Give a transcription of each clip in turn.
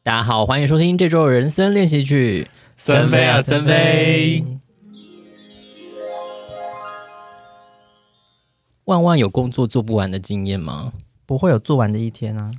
大家好，欢迎收听这周的人生练习曲。 森飞啊森飞！ 万万有工作做不完的经验吗？ 不会有做完的一天啊。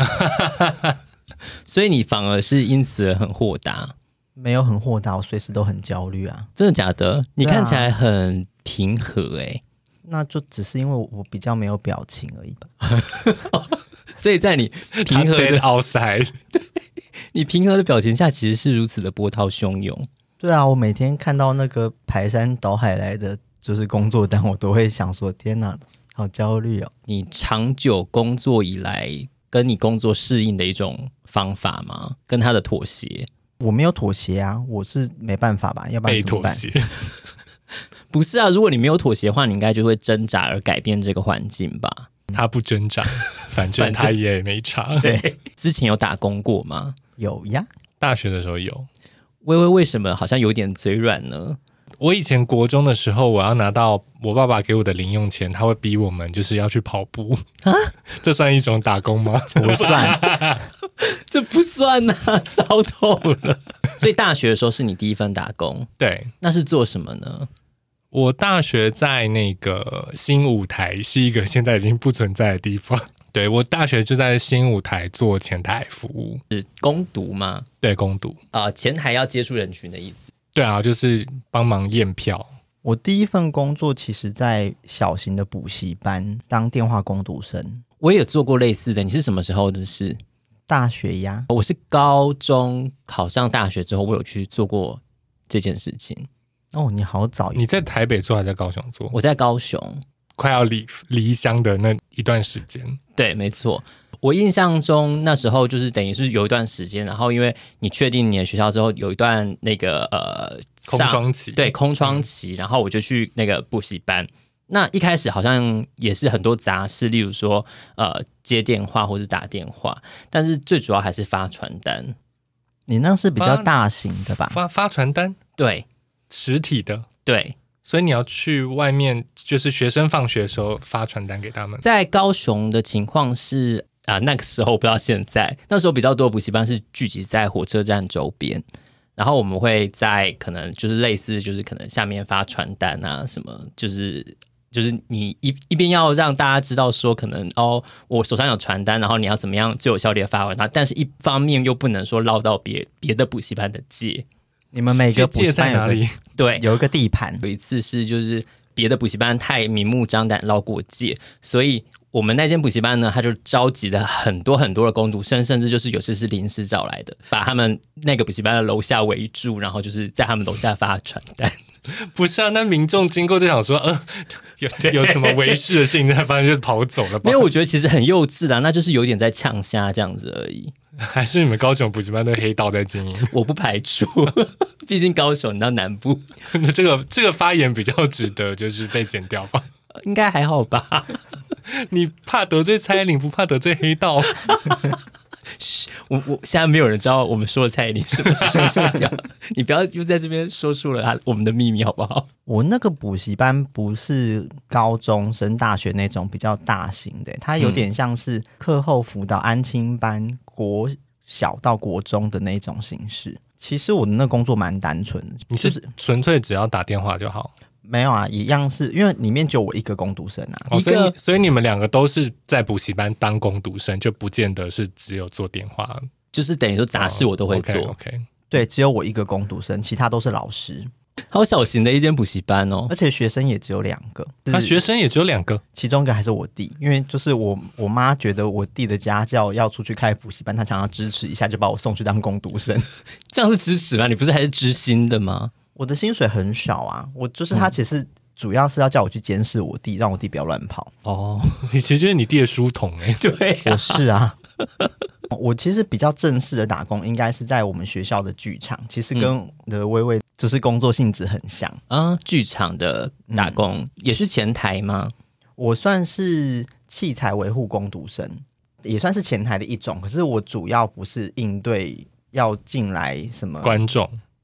所以你反而是因此而很豁达？ 没有很豁达，我随时都很焦虑啊。 真的假的？你看起来很平和那就只是因为我比较没有表情而已吧。 所以在你平和的 outside， 对，你平和的表情下，其实是如此的波涛汹涌。 对啊，我每天看到那个排山倒海来的就是工作单，我都会想说：天哪，好焦虑哦！ 你长久工作以来，跟你工作适应的一种方法吗？跟他的妥协？ 我没有妥协啊，我是没办法吧？要不然怎么办？ 被妥协。 不是啊，如果你没有妥协的话，你应该就会挣扎而改变这个环境吧？ 他不挣扎，反正他也没差。 对，之前有打工过吗？ 有呀， 大学的时候有。 微微为什么好像有点嘴软呢？ 我以前国中的时候，我要拿到我爸爸给我的零用钱，他会逼我们就是要去跑步啊，这算一种打工吗？ 不算， 这不算啊，糟透了。所以大学的时候是你第一份打工， 对， 那是做什么呢？ 我大学在那个新舞台，是一个现在已经不存在的地方。对，我大学就在新舞台做前台服务， 是工读吗？ 对，工读。 前台要接触人群的意思。 对啊，就是帮忙验票。 我第一份工作其实在小型的补习班当电话工读生。 我也有做过类似的，你是什么时候的事？ 大学呀， 我是高中考上大学之后，我有去做过这件事情。 哦，你好早， 你在台北做还是在高雄做？ 我在高雄， 快要离乡的那一段时间。 对，没错。我印象中那时候就是等于是有一段时间，然后因为你确定你的学校之后有一段那个空窗期， 对，空窗期，然后我就去那个补习班。那一开始好像也是很多杂事，例如说接电话或是打电话，但是最主要还是发传单。 你那是比较大型的吧？ 发传单， 对， 实体的， 对。 所以你要去外面，就是学生放学的时候发传单给他们。 在高雄的情况是那个时候不知道现在，那时候比较多的补习班是聚集在火车站周边，然后我们会在可能就是类似就是可能下面发传单啊什么，就是你一边要让大家知道说可能我手上有传单，然后你要怎么样最有效率的发完它，但是一方面又不能说捞到别的补习班的借。 你们每个补习班在哪里？ 对， 有一个地盘。 有一次是就是别的补习班太明目张胆捞过界，所以我们那间补习班呢，他就召集了很多很多的工读生，甚至就是有些是临时找来的，把他们那个补习班的楼下围住，然后就是在他们楼下发传单。 不是啊，那民众经过就想说，有什么违事的事情，他反正就是跑走了吧？ 没有，我觉得其实很幼稚啦，那就是有点在呛虾这样子而已。 还是你们高雄补习班的黑道在经营？ 我不排除，毕竟高雄你到南部， 这个发言比较值得就是被剪掉吧？ 应该还好吧？ 你怕得罪蔡依林，不怕得罪黑道？ 我现在没有人知道我们说的蔡依林是不是？你不要又在这边说出了我们的秘密好不好？ 我那个补习班不是高中升大学那种比较大型的，它有点像是课后辅导安亲班，国小到国中的那种形式。其实我的那工作蛮单纯的， 你是纯粹只要打电话就好？ 没有啊，一样是因为里面就我一个工读生啊， 所以你们两个都是在补习班当工读生，就不见得是只有做电话， 就是等于说杂事我都会做。 OK， 对，只有我一个工读生，其他都是老师。 好小型的一间补习班哦， 而且学生也只有2个。 学生也只有2个， 其中一个还是我弟，因为就是我妈觉得我弟的家教要出去开补习班，她想要支持一下，就把我送去当工读生。 这样是支持吗？你不是还是知心的吗？ 我的薪水很少啊，我就是他其实主要是要叫我去监视我弟，让我弟不要乱跑。 你其实就是你弟的书童对我是啊。我其实比较正式的打工应该是在我们学校的剧场，其实跟我的微微就是工作性质很像啊。剧场的打工也是前台吗？ 我算是器材维护工读生，也算是前台的一种，可是我主要不是应对要进来什么观众，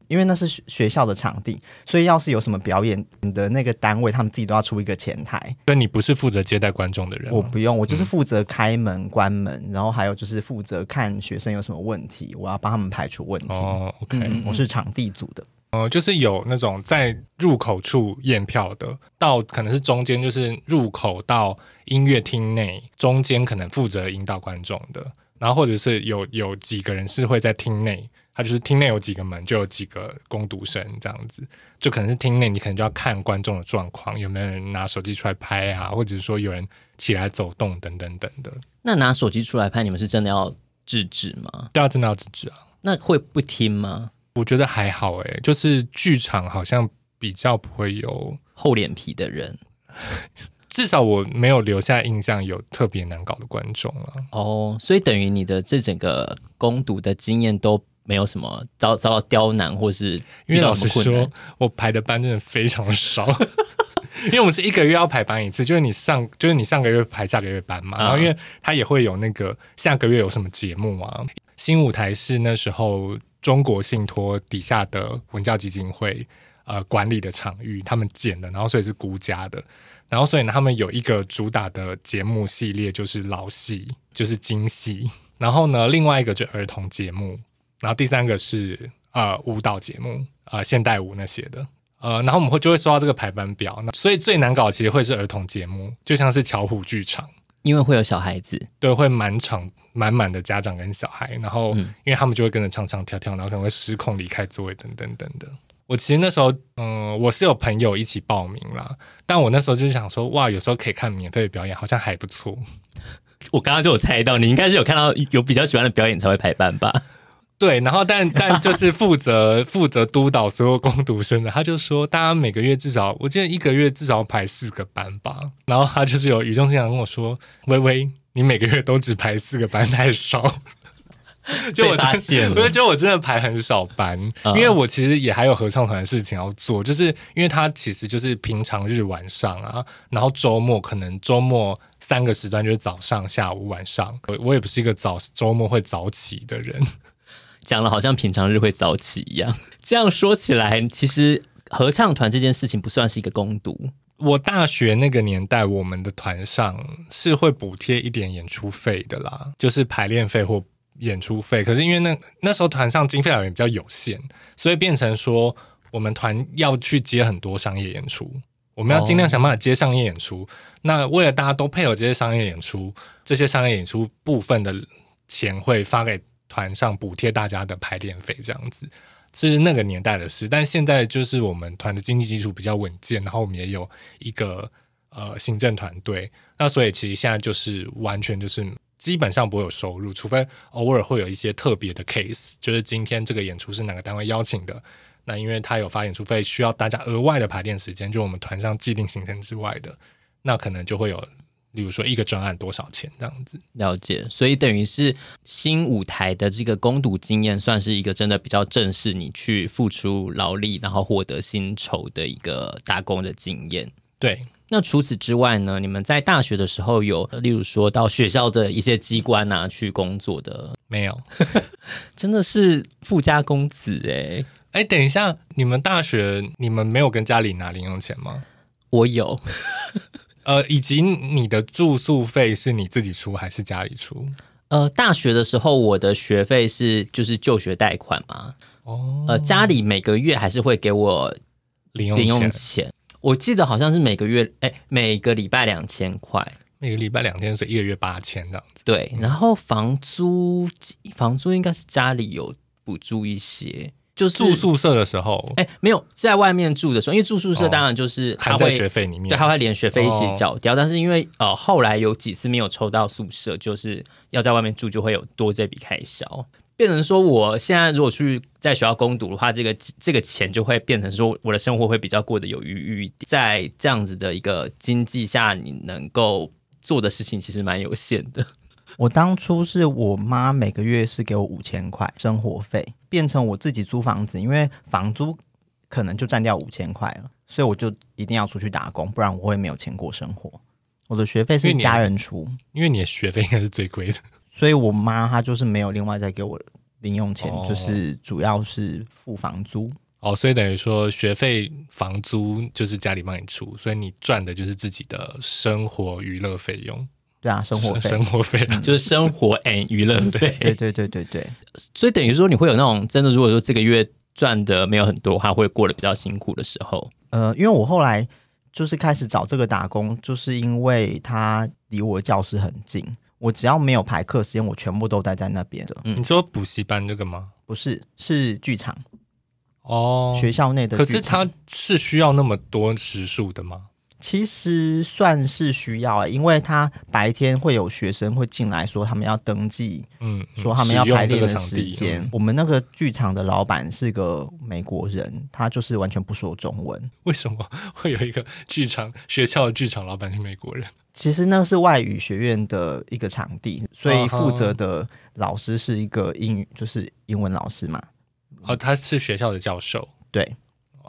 因为那是学校的场地，所以要是有什么表演的那个单位，他们自己都要出一个前台。 所以你不是负责接待观众的人吗？ 我不用，我就是负责开门、关门，然后还有就是负责看学生有什么问题，我要帮他们排除问题。 OK， 我是场地组的。 就是有那种在入口处验票的，到可能是中间，就是入口到音乐厅内中间可能负责引导观众的，然后或者是有几个人是会在厅内，他就是厅内有几个门就有几个工读生这样子，就可能是厅内你可能就要看观众的状况，有没有人拿手机出来拍啊，或者是说有人起来走动等等等的。 那拿手机出来拍，你们是真的要制止吗？ 对啊，真的要制止啊。 那会不听吗？ 我觉得还好就是剧场好像比较不会有厚脸皮的人， 至少我没有留下印象有特别难搞的观众了。 所以等于你的这整个攻读的经验都没有什么遭到刁难，或是遇到什么困难。 因为老实说，我排的班真的非常少。因为我们是1个月要排班一次，就是你上个月排下个月班嘛，然后因为它也会有那个下个月有什么节目啊。新舞台是那时候中国信托底下的文教基金会管理的场域，他们建的，然后所以是孤家的，然后所以呢他们有一个主打的节目系列就是老戏，就是京戏，然后呢另外一个就是儿童节目，然后第三个是舞蹈节目，现代舞那些的。然后我们就会收到这个排班表，所以最难搞的其实会是儿童节目，就像是巧虎剧场， 因为会有小孩子， 对，会满满的家长跟小孩，然后因为他们就会跟着唱唱跳跳，然后可能会失控离开座位等等等的。我其实那时候我是有朋友一起报名啦，但我那时候就想说哇，有时候可以看免费的表演好像还不错。 我刚刚就有猜到你应该是有看到有比较喜欢的表演才会排班吧。 对，然后但就是负责督导所有工读生的，他就说大家每个月至少，我记得1个月至少排4个班吧。然后他就是有语重心长跟我说：“微微，你每个月都只排4个班，太少。”就我发现了， 我就觉得我真的排很少班，因为我其实也还有合唱团的事情要做，就是因为他其实就是平常日晚上啊，然后周末可能周末3个时段就是早上、下午、晚上。我也不是一个周末会早起的人。 讲了好像平常日会早起一样。这样说起来，其实合唱团这件事情不算是一个工读。 我大学那个年代，我们的团上是会补贴一点演出费的啦，就是排练费或演出费。可是因为那时候团上经费来源比较有限，所以变成说我们团要去接很多商业演出，我们要尽量想办法接商业演出。那为了大家都配合这些商业演出，这些商业演出部分的钱会发给团上补贴大家的排练费，这样子是那个年代的事。但现在就是我们团的经济基础比较稳健，然后我们也有一个行政团队，那所以其实现在就是完全就是基本上不会有收入，除非偶尔会有一些特别的 case， 就是今天这个演出是哪个单位邀请的，那因为他有发演出费，需要大家额外的排练时间，就我们团上既定行程之外的，那可能就会有例如说一个专案多少钱这样子。 了解，所以等于是新舞台的这个攻读经验算是一个真的比较正式，你去付出劳力然后获得薪酬的一个打工的经验。 对， 那除此之外呢，你们在大学的时候有例如说到学校的一些机关啊去工作的？ 没有。 真的是富家公子等一下，你们大学你们没有跟家里拿零用钱吗？ 我有。 以及你的住宿费是你自己出还是家里出？ 大学的时候我的学费是就是就学贷款嘛。家里每个月还是会给我零用钱。我记得好像是每个个礼拜2000块， 每个礼拜2000，所以1个月8000这样子。 对，然后房租应该是家里有补助一些。就是住宿舍的时候， 没有在外面住的时候，因为住宿舍当然就是含在学费里面， 对，他会连学费一起缴掉。但是因为后来有几次没有抽到宿舍，就是要在外面住，就会有多这笔开销，变成说我现在如果去在学校攻读的话，这个钱就会变成说我的生活会比较过得有余裕一点。在这样子的一个经济下，你能够做的事情其实蛮有限的。 我当初是我妈每个月是给我5000块生活费，变成我自己租房子，因为房租可能就占掉5000块了，所以我就一定要出去打工，不然我会没有钱过生活。我的学费是家人出， 因为你的学费应该是最贵的， 所以我妈她就是没有另外再给我零用钱，就是主要是付房租。 所以等于说学费房租就是家里帮你出，所以你赚的就是自己的生活娱乐费用。 对啊，生活费、 就是生活 and 娱乐费。 对。 所以等于说你会有那种真的，如果说这个月赚的没有很多，他会过得比较辛苦的时候。 因为我后来就是开始找这个打工，就是因为他离我的教室很近，我只要没有排课时间，我全部都待在那边的。 你说补习班这个吗？ 不是，是剧场。学校内的剧场。可是他是需要那么多时数的吗？ 其实算是需要因为他白天会有学生会进来说他们要登记，说他们要排练的时间。我们那个剧场的老板是个美国人，他就是完全不说中文。 为什么会有一个学校的剧场老板是美国人？ 其实那是外语学院的一个场地，所以负责的老师是一个就是英文老师嘛。 他是学校的教授。 对。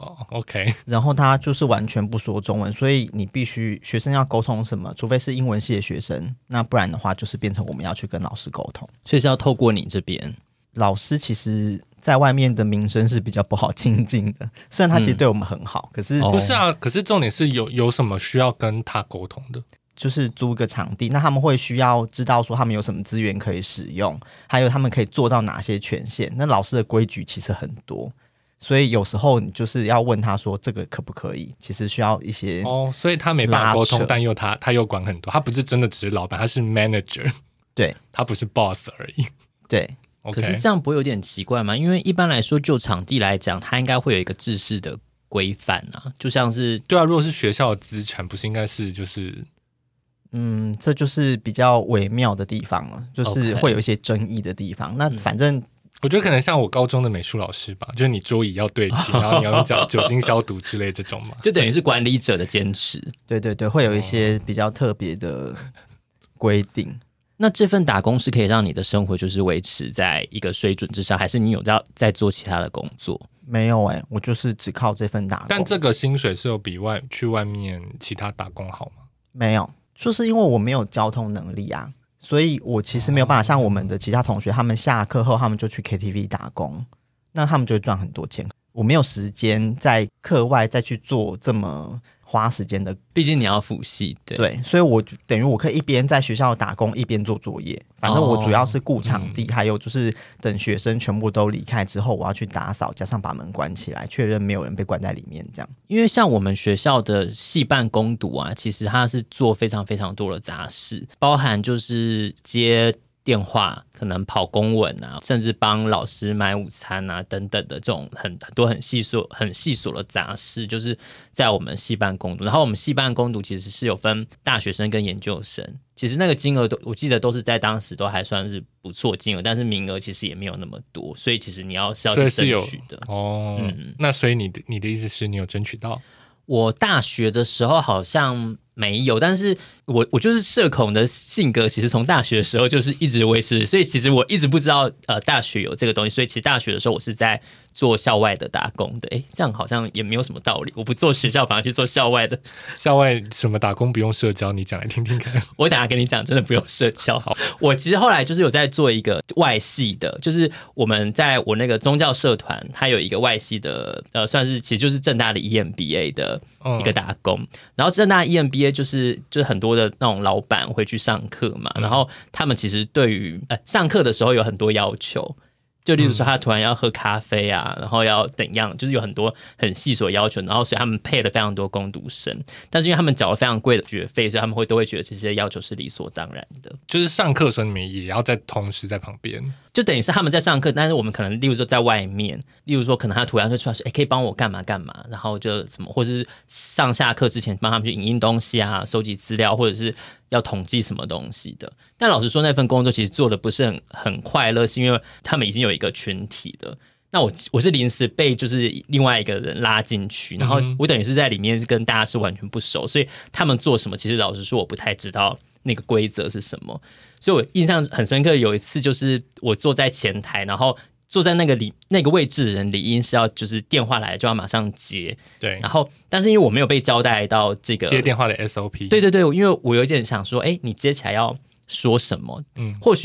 OK。 然后他就是完全不说中文，所以你必须学生要沟通什么，除非是英文系的学生，那不然的话就是变成我们要去跟老师沟通。 所以是要透过你这边。 老师其实在外面的名声是比较不好亲近的，虽然他其实对我们很好，可是不是啊？可是重点是有什么需要跟他沟通的？ 就是租一个场地，那他们会需要知道说他们有什么资源可以使用，还有他们可以做到哪些权限。那老师的规矩其实很多，所以有时候你就是要问他说这个可不可以，其实需要一些所以他没办法沟通，但他又管很多，他不是真的只是老板，他是 manager。 对， 他不是 boss 而已。 对。 可是这样不会有点奇怪吗？因为一般来说就场地来讲，它应该会有一个制式的规范啊，就像是对啊，如果是学校的资产，不是应该是就是这就是比较微妙的地方了，就是会有一些争议的地方。那反正我觉得可能像我高中的美术老师吧，就是你桌椅要对齐，然后你要用酒精消毒之类这种嘛， 就等于是管理者的坚持。 对，会有一些比较特别的规定。 那这份打工是可以让你的生活就是维持在一个水准之上，还是你有在做其他的工作？ 没有我就是只靠这份打工。 但这个薪水是有比去外面其他打工好吗？ 没有，就是因为我没有交通能力啊，所以我其实没有办法像我们的其他同学，他们下课后他们就去 KTV 打工，那他们就会赚很多钱。我没有时间在课外再去做这么花时间的， 毕竟你要辅系。 对，所以我等于我可以一边在学校打工一边做作业，反正我主要是顾场地，还有就是等学生全部都离开之后，我要去打扫，加上把门关起来，确认没有人被关在里面这样。 因为像我们学校的系办工读啊，其实它是做非常非常多的杂事，包含就是接电话，可能跑公文啊，甚至帮老师买午餐啊等等的这种很多很细琐的杂事，就是在我们系办工读。然后我们系办工读其实是有分大学生跟研究生，其实那个金额我记得都是在当时都还算是不错金额，但是名额其实也没有那么多，所以其实你是要去争取的。 那所以你的意思是你有争取到？ 我大学的时候好像没有，但是我就是社恐的性格，其实从大学的时候就是一直维持，所以其实我一直不知道大学有这个东西，所以其实大学的时候我是在做校外的打工的。这样好像也没有什么道理，我不做学校反而去做校外的。 校外什么打工不用社交？你讲来听听看。 我等一下跟你讲，真的不用社交。好，我其实后来就是有在做一个外系的，就是我们在我那个宗教社团，它有一个外系的，算是其实就是政大的 EMBA 的一个打工。然后政大 EMBA 就是很多的那种老板会去上课嘛，然后他们其实对于上课的时候有很多要求。就例如说他突然要喝咖啡啊，然后要怎样，就是有很多很细琐要求，然后所以他们配了非常多工读生，但是因为他们缴了非常贵的学费，所以他们都会觉得这些要求是理所当然的。 就是上课的时候你们也要同时在旁边， 就等于是他们在上课，但是我们可能例如说在外面，例如说可能他突然会出来说可以帮我干嘛干嘛，然后就什么，或是上下课之前帮他们去影印东西啊，收集资料，或者是要统计什么东西的。但老实说那份工作其实做的不是很快乐，是因为他们已经有一个群体的，那我是临时被就是另外一个人拉进去，然后我等于是在里面跟大家是完全不熟，所以他们做什么其实老实说我不太知道那个规则是什么。所以我印象很深刻，有一次就是我坐在前台，然后坐在那个位置的人理应是要就是电话来就要马上接， 对， 然后但是因为我没有被交代到这个接电话的 SOP， 对，因为我有点想说你接起来要说什么，或许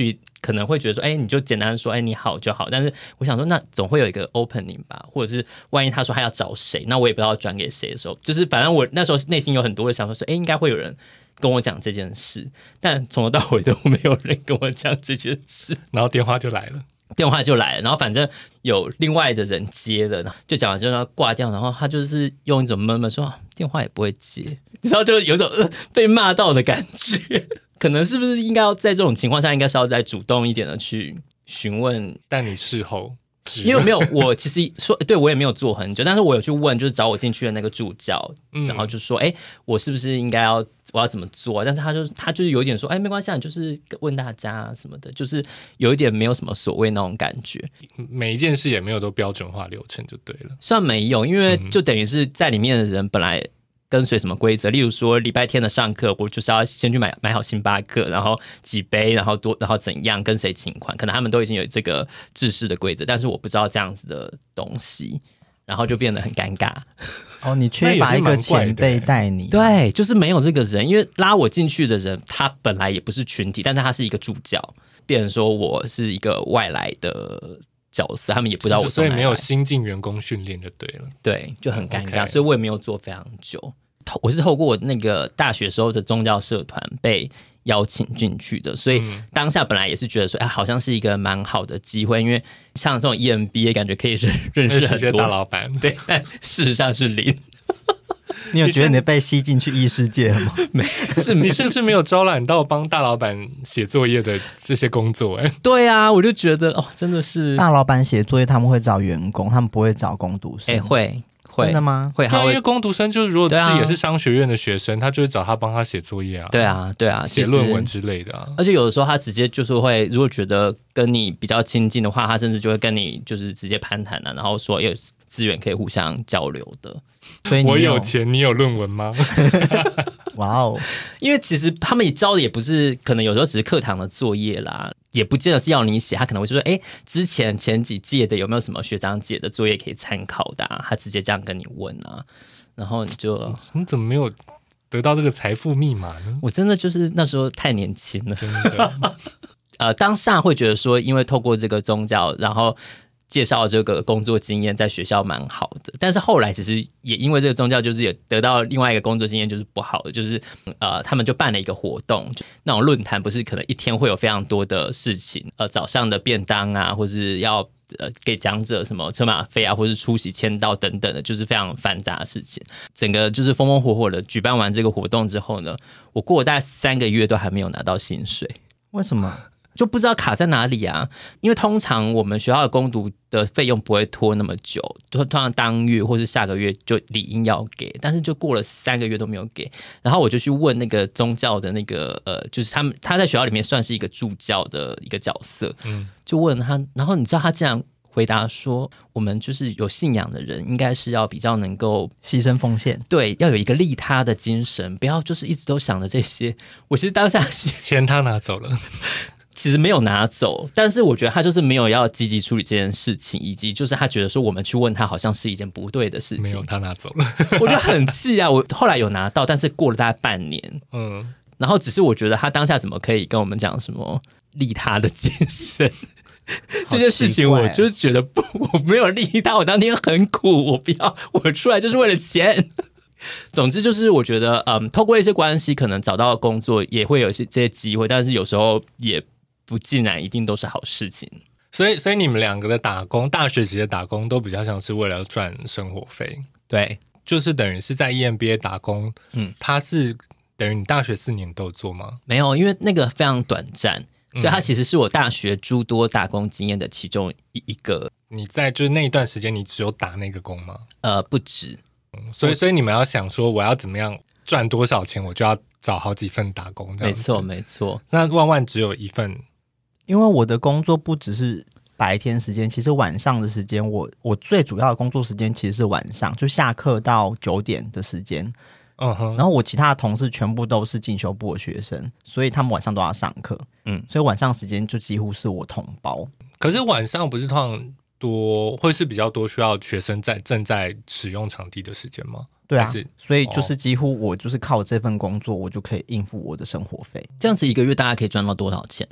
可能会觉得说，你就简单说，你好就好。但是我想说，那总会有一个 opening 吧，或者是万一他说他要找谁，那我也不知道转给谁的时候，就是反正我那时候内心有很多的想法说，应该会有人跟我讲这件事，但从头到尾都没有人跟我讲这件事， 然后电话就来了。 然后反正有另外的人接了，就讲完就让他挂掉，然后他就是用一种闷闷说电话也不会接，你知道就有一种被骂到的感觉。可能是不是应该要在这种情况下，应该是要再主动一点的去询问？ 但你事后因为没有，我其实说对我也没有做很久，但是我有去问，就是找我进去的那个助教，然后就说，我是不是应该我要怎么做？但是他就是有一点说，没关系，你就是问大家什么的，就是有一点没有什么所谓那种感觉。 每一件事也没有都标准化流程就对了， 算没有，因为就等于是在里面的人本来跟随什么规则，例如说礼拜天的上课，我就是要先去买好星巴克，然后几杯，然后怎样跟谁请款，可能他们都已经有这个制式的规则，但是我不知道这样子的东西，然后就变得很尴尬。 你缺乏一个前辈带你， 对，就是没有这个人，因为拉我进去的人他本来也不是群体，但是他是一个助教，变成说我是一个外来的角色，他们也不知道我所以没有新进员工训练就对了， 对，就很尴尬，所以我也没有做非常久。我是透过我那个大学时候的宗教社团被邀请进去的，所以当下本来也是觉得说，好像是一个蛮好的机会，因为像这种 EMBA 感觉可以认识很多大老板， 对，但事实上是零。 你有觉得你被吸进去异世界了吗？ 没，你甚至没有招揽到帮大老板写作业的这些工作。 对啊，我就觉得真的是大老板写作业，他们会找员工，他们不会找工读生。 会。 真的吗？ 会， 因为工读生就是如果也是商学院的学生，他就会找他帮他写作业啊。 对啊， 写论文之类的啊。 而且有的时候他直接就是会，如果觉得跟你比较亲近的话，他甚至就会跟你就是直接攀谈啊，然后说有资源可以互相交流的。 所以我有钱，你有论文吗？ 哇哦！ 因为其实他们教的也不是，可能有时候只是课堂的作业啦，也不见得是要你写，他可能会说，之前几届的有没有什么学长姐的作业可以参考的啊？他直接这样跟你问啊，然后你怎么没有得到这个财富密码呢？ 我真的就是那时候太年轻了， 真的。 当下会觉得说，因为透过这个宗教，然后介绍这个工作经验在学校蛮好的，但是后来其实也因为这个宗教，就是也得到另外一个工作经验，就是不好的，就是他们就办了一个活动，那种论坛不是可能一天会有非常多的事情，早上的便当啊，或是要给讲者什么车马费啊，或是出席签到等等的，就是非常繁杂的事情。整个就是风风火火的举办完这个活动之后呢，我过了大概3个月都还没有拿到薪水。 为什么？ 就不知道卡在哪里啊？因为通常我们学校的工读的费用不会拖那么久，就通常当月或是下个月就理应要给，但是就过了3个月都没有给。然后我就去问那个宗教的那个就是他在学校里面算是一个助教的一个角色，就问他，然后你知道他这样回答说，我们就是有信仰的人，应该是要比较能够牺牲奉献， 对，要有一个利他的精神，不要就是一直都想着这些。我其实当下钱他拿走了。 其实没有拿走，但是我觉得他就是没有要积极处理这件事情，以及就是他觉得说我们去问他好像是一件不对的事情。 没有，他拿走了。 我就很气啊！我后来有拿到，但是过了大概半年，然后只是我觉得他当下怎么可以跟我们讲什么利他的精神这件事情，我就觉得我没有利他，我当天很苦，我不要，我出来就是为了钱。总之就是我觉得透过一些关系可能找到工作也会有这些机会，但是有时候也不尽然一定都是好事情。 所以你们两个的打工，大学期的打工都比较像是为了赚生活费。 对， 就是等于是在 EMBA 打工，它是等于你大学4年都有做吗？ 没有，因为那个非常短暂，所以它其实是我大学诸多打工经验的其中一个。 你在就是那一段时间你只有打那个工吗？ 不止。 所以你们要想说我要怎么样赚多少钱，我就要找好几份打工这样子。 没错。 那万只有一份。 因为我的工作不只是白天时间，其实晚上的时间我最主要的工作时间其实是晚上，就下课到9点的时间。然后我其他的同事全部都是进修部的学生，所以他们晚上都要上课。所以晚上时间就几乎是我统包。 可是晚上不是通常会是比较多需要学生正在使用场地的时间吗？ 对啊，所以就是几乎我就是靠这份工作，我就可以应付我的生活费。 这样子1个月大概可以赚到多少钱呢？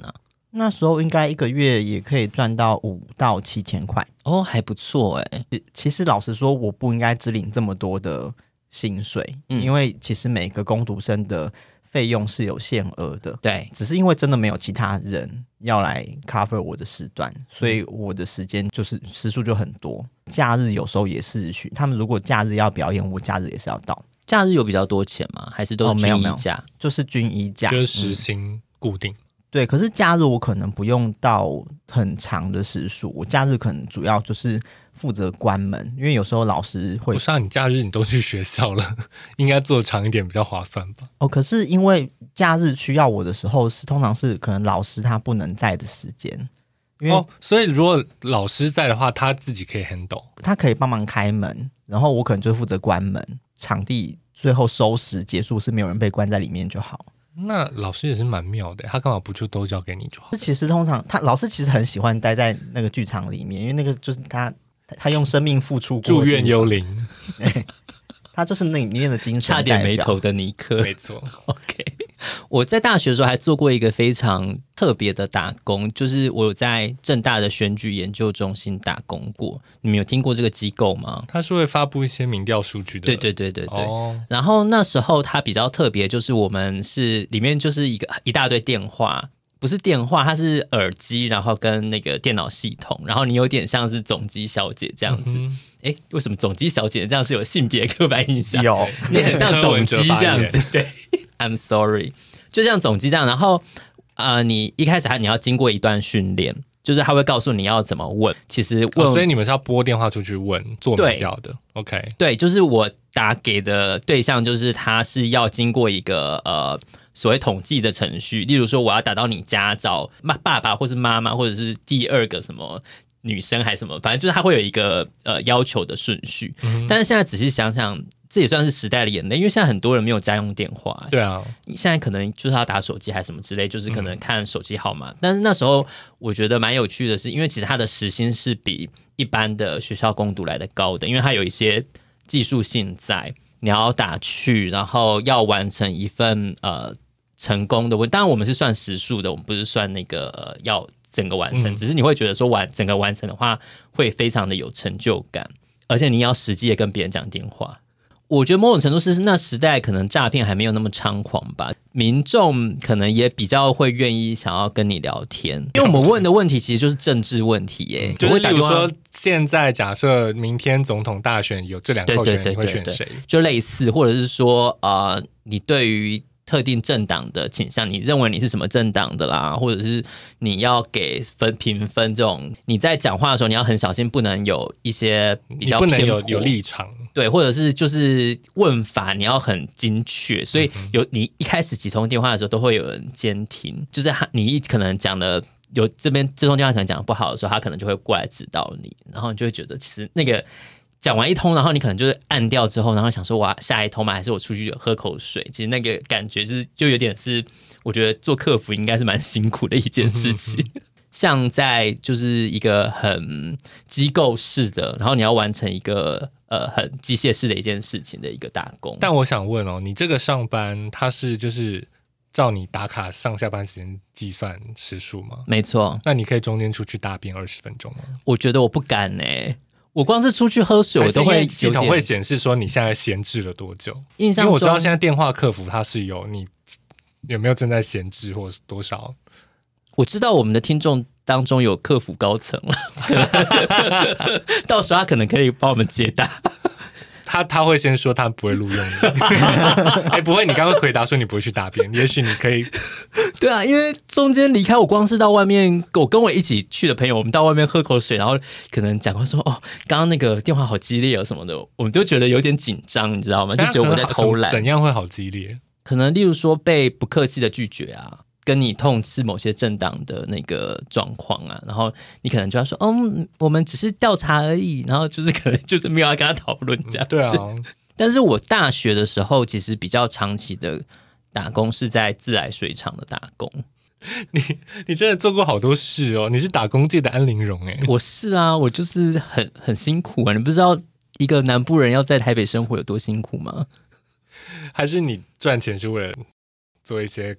那时候应该一个月也可以赚到5到7千块哦，还不错哎。 其实老实说，我不应该只领这么多的薪水，因为其实每个工读生的费用是有限额的。 对， 只是因为真的没有其他人要来 cover 我的时段，所以我的时间就是时数就很多。假日有时候也是他们如果假日要表演，我假日也是要到。 假日有比较多钱吗？还是都是均一价？ 就是均一价， 就是时薪固定。 对，可是假日我可能不用到很长的时数，我假日可能主要就是负责关门，因为有时候老师会不是啊，你假日你都去学校了，应该做长一点比较划算吧？ 哦，可是因为假日需要我的时候通常是可能老师他不能在的时间，因为所以如果老师在的话，他自己可以 handle， 他可以帮忙开门，然后我可能就负责关门，场地最后收拾结束是没有人被关在里面就好。 那老师也是蛮妙的，他干嘛不就都交给你就好？ 其实通常老师其实很喜欢待在那个剧场里面，因为那个就是他用生命付出过住院幽灵， 他就是那里面的精神代表。 差点没头的尼克， 没错。 OK， 我在大学的时候还做过一个非常特别的打工，就是我有在政大的选举研究中心打工过。你们有听过这个机构吗？ 他是会发布一些民调数据的。 对。然后那时候它比较特别，就是我们是里面就是一大堆电话。不是电话，它是耳机，然后跟那个电脑系统，然后你有点像是总机小姐这样子。为什么总机小姐这样是有性别刻板印象？ 有， 你很像总机这样子。对 ，I'm sorry， 就像总机这样。然后你一开始你要经过一段训练，就是他会告诉你要怎么问。其实所以你们是要拨电话出去问做民调的。OK， 对，就是我打给的对象，就是他是要经过一个所谓统计的程序，例如说我要打到你家找爸爸或是妈妈，或者是第二个什么女生还是什么，反正就是他会有一个要求的顺序。但是现在仔细想想，这也算是时代的眼泪，因为现在很多人没有家用电话。 对啊， 现在可能就是要打手机还是什么之类，就是可能看手机号码。但是那时候我觉得蛮有趣的是，因为其实他的时薪是比一般的学校工读来的高的，因为他有一些技术性在。你要打去，然后要完成一份成功的当然我们是算时数的，我们不是算那个要整个完成，只是你会觉得说整个完成的话会非常的有成就感，而且你要实际的跟别人讲电话。我觉得某种程度是那时代可能诈骗还没有那么猖狂吧，民众可能也比较会愿意想要跟你聊天，因为我们问的问题其实就是政治问题耶。 就是例如说现在假设明天总统大选有这两个候选人，你会选谁？ 就类似，或者是说你对于特定政党的倾向，你认为你是什么政党的啦，或者是你要给评分这种，你在讲话的时候你要很小心，不能有一些比较偏颇， 你不能有立场。 对，或者是就是问法你要很精确，所以你一开始几通电话的时候都会有人监听，就是你可能讲的有这通电话可能讲的不好的时候，他可能就会过来指导你，然后你就会觉得其实那个讲完一通，然后你可能就是按掉之后，然后想说哇下一通嘛，还是我出去喝口水，其实那个感觉就有点是我觉得做客服应该是蛮辛苦的一件事情。像在就是一个很机构式的，然后你要完成一个很机械式的一件事情的一个打工。 但我想问你这个上班它是就是照你打卡上下班时间计算时数吗？ 没错。 那你可以中间出去大便20分钟吗？ 我觉得我不敢我光是出去喝水我都会系统会显示说你现在闲置了多久。 印象中因为我知道现在电话客服它是有你有没有正在闲置或是多少。 我知道我们的听众当中有客服高层了到时候他可能可以帮我们解答。 他会先说他不会录用你不会，你刚刚回答说你不会去大便，也许你可以。 对啊，因为中间离开我光是到外面，我跟我一起去的朋友，我们到外面喝口水，然后可能讲话说刚刚那个电话好激烈什么的，我们都觉得有点紧张，你知道吗？就觉得我们在偷懒。 怎样会好激烈？ 可能例如说被不客气的拒绝啊，跟你痛斥某些政党的那个状况啊，然后你可能就要说我们只是调查而已，然后就是可能就是没有要跟他讨论这样子。 对啊。 但是我大学的时候其实比较长期的打工是在自来水厂的打工。 你真的做过好多事你是打工界的安陵容我是啊，我就是很辛苦啊，你不知道一个南部人要在台北生活有多辛苦吗？ 还是你赚钱是为了做一些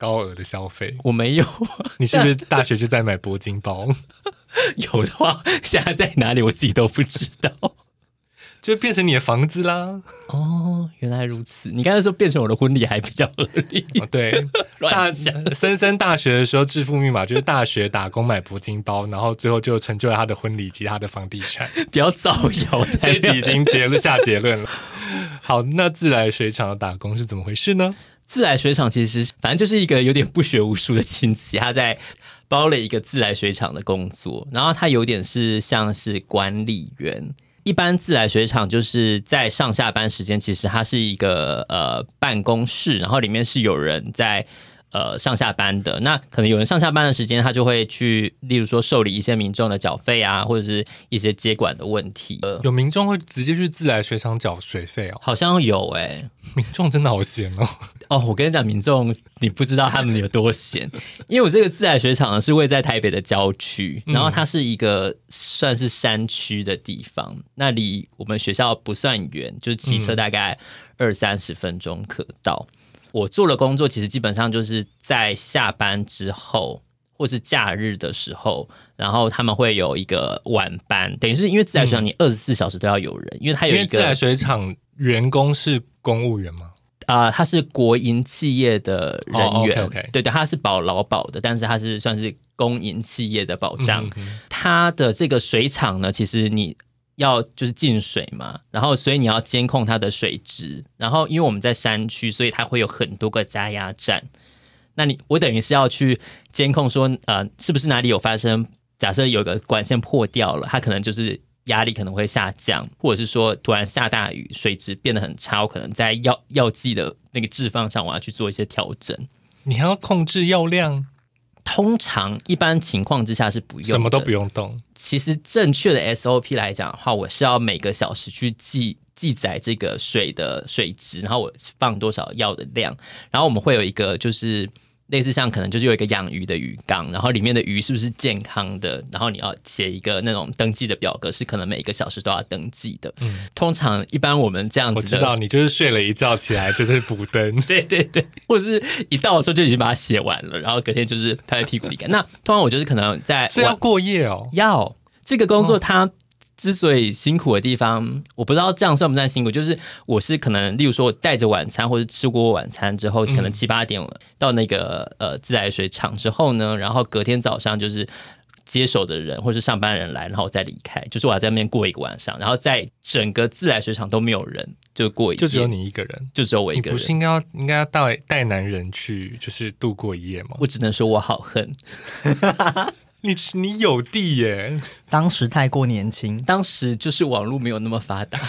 高额的消费？ 我没有， 你是不是大学就在买铂金包？ 有的话现在在哪里我自己都不知道。 就变成你的房子啦。 哦，原来如此。你刚才说变成我的婚礼还比较合理。 对， 乱想。 森大学的时候致富密码就是大学打工买铂金包，然后最后就成就了他的婚礼及他的房地产。 不要造谣， 这一集已经下结论了。好，那自来水厂的打工是怎么回事呢？ 自来水厂其实反正就是一个有点不学无术的亲戚，他在包了一个自来水厂的工作，然后他有点是像是管理员。一般自来水厂就是在上下班时间，其实它是一个办公室，然后里面是有人在上下班的。那可能有人上下班的时间，他就会去，例如说受理一些民众的缴费啊，或者是一些接管的问题。 有民众会直接去自来水厂缴水费哦？ 好像有民众真的好闲哦。 哦，我跟你讲，民众你不知道他们有多闲，因为我这个自来水厂呢是位在台北的郊区，然后它是一个算是山区的地方，那离我们学校不算远，就是骑车大概20-30分钟可到。我做的工作其实基本上就是在下班之后或是假日的时候，然后他们会有一个晚班，等于是因为自来水厂你24小时都要有人，因为它有一个， 因为自来水厂员工是公务员吗？ 他是国营企业的人员， okay. 对，他是保劳保的，但是他是算是公营企业的保障。他的这个水厂呢，其实你要就是进水嘛，然后所以你要监控它的水质，然后因为我们在山区，所以它会有很多个加压站。那我等于是要去监控说，是不是哪里有发生？假设有个管线破掉了，它可能就是压力可能会下降，或者是说突然下大雨，水质变得很差，我可能在药剂的那个置放上，我要去做一些调整。 你还要控制药量？ 通常一般情况之下是不用的， 什么都不用动。 其实正确的 SOP 来讲的话，我是要每个小时去记载这个水的水质，然后我放多少药的量，然后我们会有一个就是类似像可能就是有一个养鱼的鱼缸，然后里面的鱼是不是健康的，然后你要写一个那种登记的表格，是可能每一个小时都要登记的。通常一般我们这样子的， 我知道你就是睡了一觉起来就是补灯。 对对对，或者是一到的时候就已经把它写完了，然后隔天就是拍拍屁股离开。那通常我就是可能在， 所以要过夜哦。 要这个工作它之所以辛苦的地方，我不知道这样算不算辛苦，就是我是可能例如说我带着晚餐或者吃过晚餐之后，可能7-8点到那个自来水厂之后呢，然后隔天早上就是接手的人或是上班人来，然后我再离开，就是我要在那边过一个晚上，然后在整个自来水厂都没有人，就过一夜， 就只有你一个人， 就只有我一个人。 你不是应该要带男人去就是度过一夜吗？ 我只能说我好恨。 你有地耶， 当时太过年轻， 当时就是网络没有那么发达。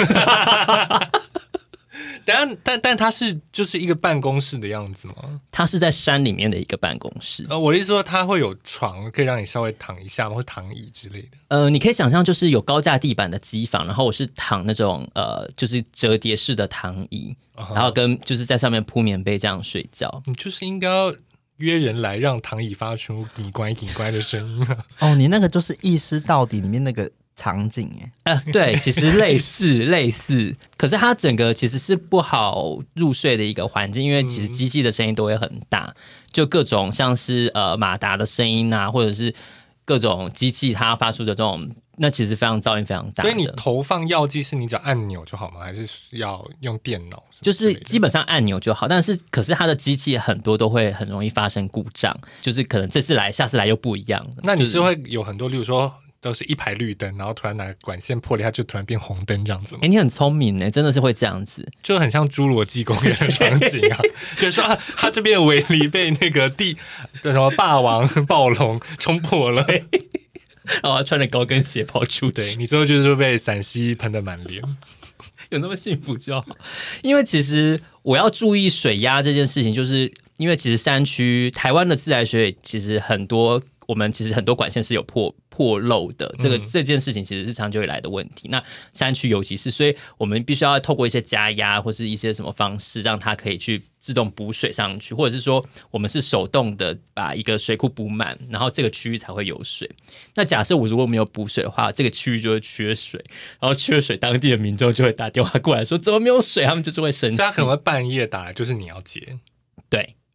但它是就是一个办公室的样子吗？ 它是在山里面的一个办公室。 我的意思说，它会有床可以让你稍微躺一下吗？或躺椅之类的？ 你可以想象就是有高架地板的机房，然后我是躺那种就是折叠式的躺椅，然后跟就是在上面铺棉被这样睡觉。 你就是应该要约人来让躺椅发出滴乖滴乖的声音。 哦，你那个就是意识到底里面那个场景耶。 对，其实类似，可是它整个其实是不好入睡的一个环境，因为其实机器的声音都会很大，就各种像是马达的声音啊，或者是各种机器它发出的这种，那其实非常噪音非常大的。 所以你投放药剂是你只要按钮就好吗？还是要用电脑？ 就是基本上按钮就好，可是它的机器很多都会很容易发生故障，就是可能这次来下次来又不一样。 那你是会有很多例如说都是一排绿灯，然后突然哪个管线破裂，它就突然变红灯这样子吗？ 你很聪明耶，真的是会这样子， 就很像侏罗纪公园的场景啊。就是说它这边的围篱被那个什么霸王暴龙冲破了， 然后他穿着高跟鞋跑出去， 对，你最后就是被散息喷得满脸。 有那么幸福就好。因为其实我要注意水压这件事情，就是因为其实山区台湾的自来水其实很多，我们其实很多管线是有破漏的，这件事情其实是长久以来的问题。那山区尤其是，所以我们必须要透过一些加压或是一些什么方式，让它可以去自动补水上去，或者是说我们是手动的把一个水库补满，然后这个区域才会有水。那假设我如果没有补水的话，这个区域就会缺水，然后缺水，当地的民众就会打电话过来说怎么没有水，他们就是会生气。 所以他可能会半夜打来，就是你要接。 对。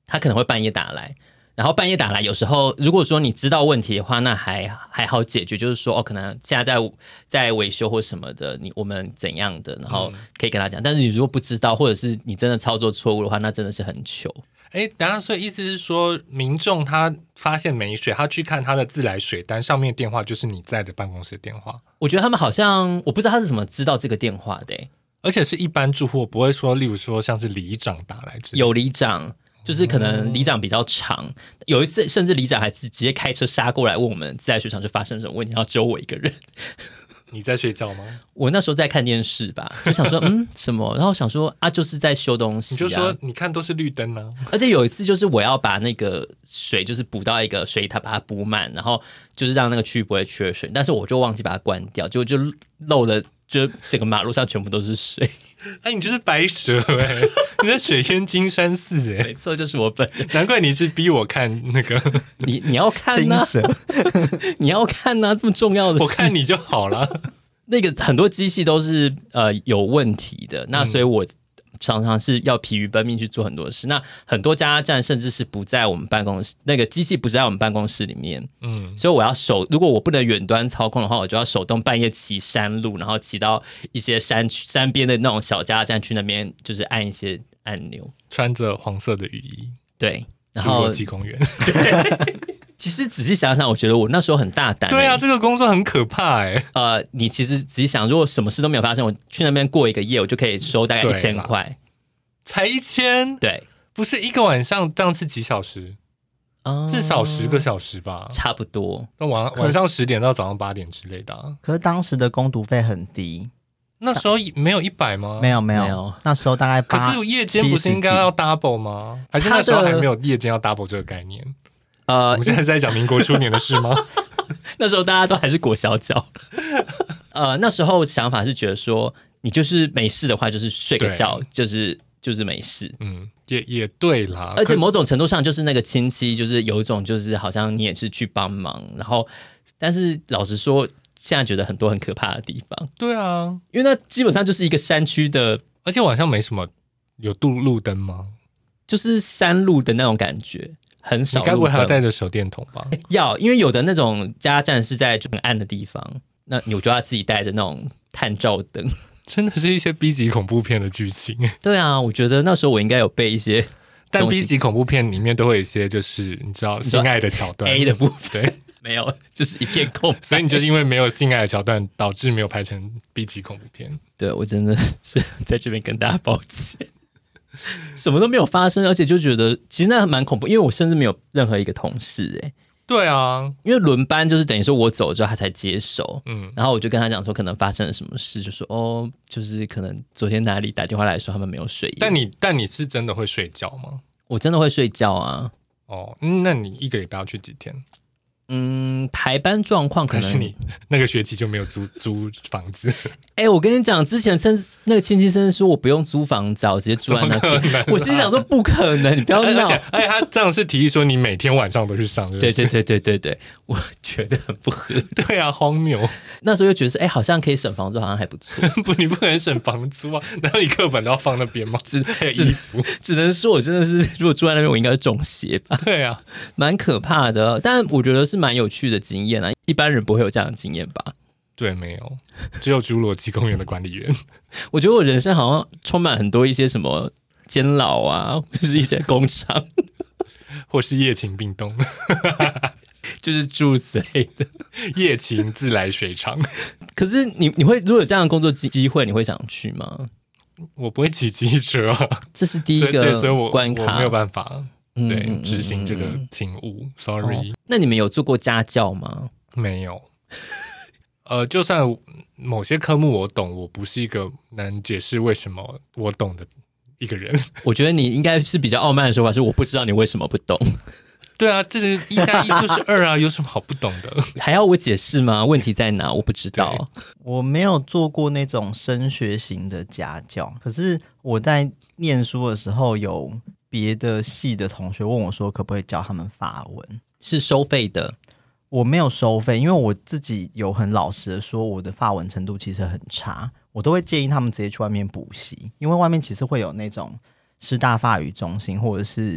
他可能会半夜打来。然后半夜打来，有时候如果说你知道问题的话，那还好解决，就是说可能现在在维修或什么的，我们怎样的，然后可以跟他讲。但是你如果不知道，或者是你真的操作错误的话，那真的是很糗。 等一下，所以意思是说，民众他发现没水，他去看他的自来水单上面电话就是你在的办公室电话。 我觉得他们好像，我不知道他是怎么知道这个电话的而且是一般住户，不会说，例如说像是里长打来之类的。 有里长。就是可能里长比较长，有一次甚至里长还直接开车杀过来问我们自来水厂就发生什么问题，然后只有我一个人。 你在睡觉吗？ 我那时候在看电视吧，就想说什么，然后想说就是在修东西， 你就说你看都是绿灯啊。 而且有一次就是我要把那个水就是补到一个水塔，把它补满，然后就是让那个区域不会缺水，但是我就忘记把它关掉，就漏了，就整个马路上全部都是水。 你就是白蛇你在水淹金山寺没错，就是我本人。 难怪你是逼我看那个， 你要看啊，你要看啊，这么重要的事， 我看你就好了。 那个很多机器都是有问题的，那所以我常常是要疲于奔命去做很多事。那很多加油站甚至是不在我们办公室，那个机器不在我们办公室里面，所以我要如果我不能远端操控的话，我就要手动半夜骑山路，然后骑到一些山边的那种小加油站去那边，就是按一些按钮， 穿着黄色的雨衣， 对，然后侏罗纪公园。 其实仔细想想，我觉得我那时候很大胆。 对啊，这个工作很可怕你其实仔细想，如果什么事都没有发生，我去那边过一个夜，我就可以收大概1000块， 才1000？ 对， 不是一个晚上这样是几小时？至少10个小时吧， 差不多。 那晚上10点到早上8点之类的可是当时的工读费很低。 那时候没有100吗？ 没有，那时候大概可是夜间不是应该要 double 吗？还是那时候还没有夜间要 double 这个概念？我们现在是在讲民国初年的事吗？ 那时候大家都还是裹小脚。那时候想法是觉得说，你就是没事的话，就是睡个觉，就是没事。 也对啦。 而且某种程度上，就是那个亲戚，就是有一种就是好像你也是去帮忙，然后，但是老实说，现在觉得很多很可怕的地方。 对啊， 因为那基本上就是一个山区的， 而且晚上没什么有路灯吗？ 就是山路的那种感觉。很少， 你该不会还要带着手电筒吧？ 要，因为有的那种加油站是在很暗的地方，那我就要自己带着那种探照灯。 真的是一些 B 级恐怖片的剧情。 对啊，我觉得那时候我应该有背一些， 但 B 级恐怖片里面都会有一些就是你知道性爱的桥段 A 的部分， 对， 没有，就是一片空白。 所以你就是因为没有性爱的桥段，导致没有拍成 B 级恐怖片。 对，我真的是在这边跟大家抱歉。什么都没有发生，而且就觉得其实那蛮恐怖，因为我甚至没有任何一个同事对啊， 因为轮班就是等于说我走之后他才接手，然后我就跟他讲说可能发生了什么事，就说就是可能昨天哪里打电话来说他们没有睡。 但你是真的会睡觉吗？ 我真的会睡觉啊。 那你一个礼拜要去几天？ 排班状况可能你那个学期就没有租房子。 我跟你讲，之前那个亲戚甚至说我不用租房子，我直接住在那边。我心想说不可能，你不要闹。 而且他这样是提议说你每天晚上都去上。 对，我觉得很不合理。 对啊，荒谬。 那时候就觉得说，好像可以省房租，好像还不错。 你不可能省房租啊？难道你课本都要放那边吗？还有衣服， 只能说我真的是，如果住在那边，我应该是中邪吧？ 对啊， 蛮可怕的。但我觉得是蛮有趣的经验啊，一般人不会有这样的经验吧？ 对，没有，只有侏罗纪公园的管理员。 我觉得我人生好像充满很多一些什么监牢啊，或是一些工厂， 或是夜勤病栋， 就是诸如此类的夜勤自来水厂。 可是你会如果有这样的工作机会，你会想去吗？ 我不会骑机车啊， 这是第一个关卡， 我没有办法对执行这个勤务。Sorry。 那你们有做过家教吗？ 没有。就算某些科目我懂，我不是一个能解释为什么我懂的一个人。 我觉得你应该是比较傲慢的说法是我不知道你为什么不懂。 对啊，这个1+1就是2啊，有什么好不懂的？ 还要我解释吗？问题在哪？我不知道。 我没有做过那种升学型的家教，可是我在念书的时候，有别的系的同学问我说，可不可以教他们法文？ 是收费的。 我没有收费，因为我自己有很老实的说，我的法文程度其实很差，我都会建议他们直接去外面补习，因为外面其实会有那种师大法语中心，或者是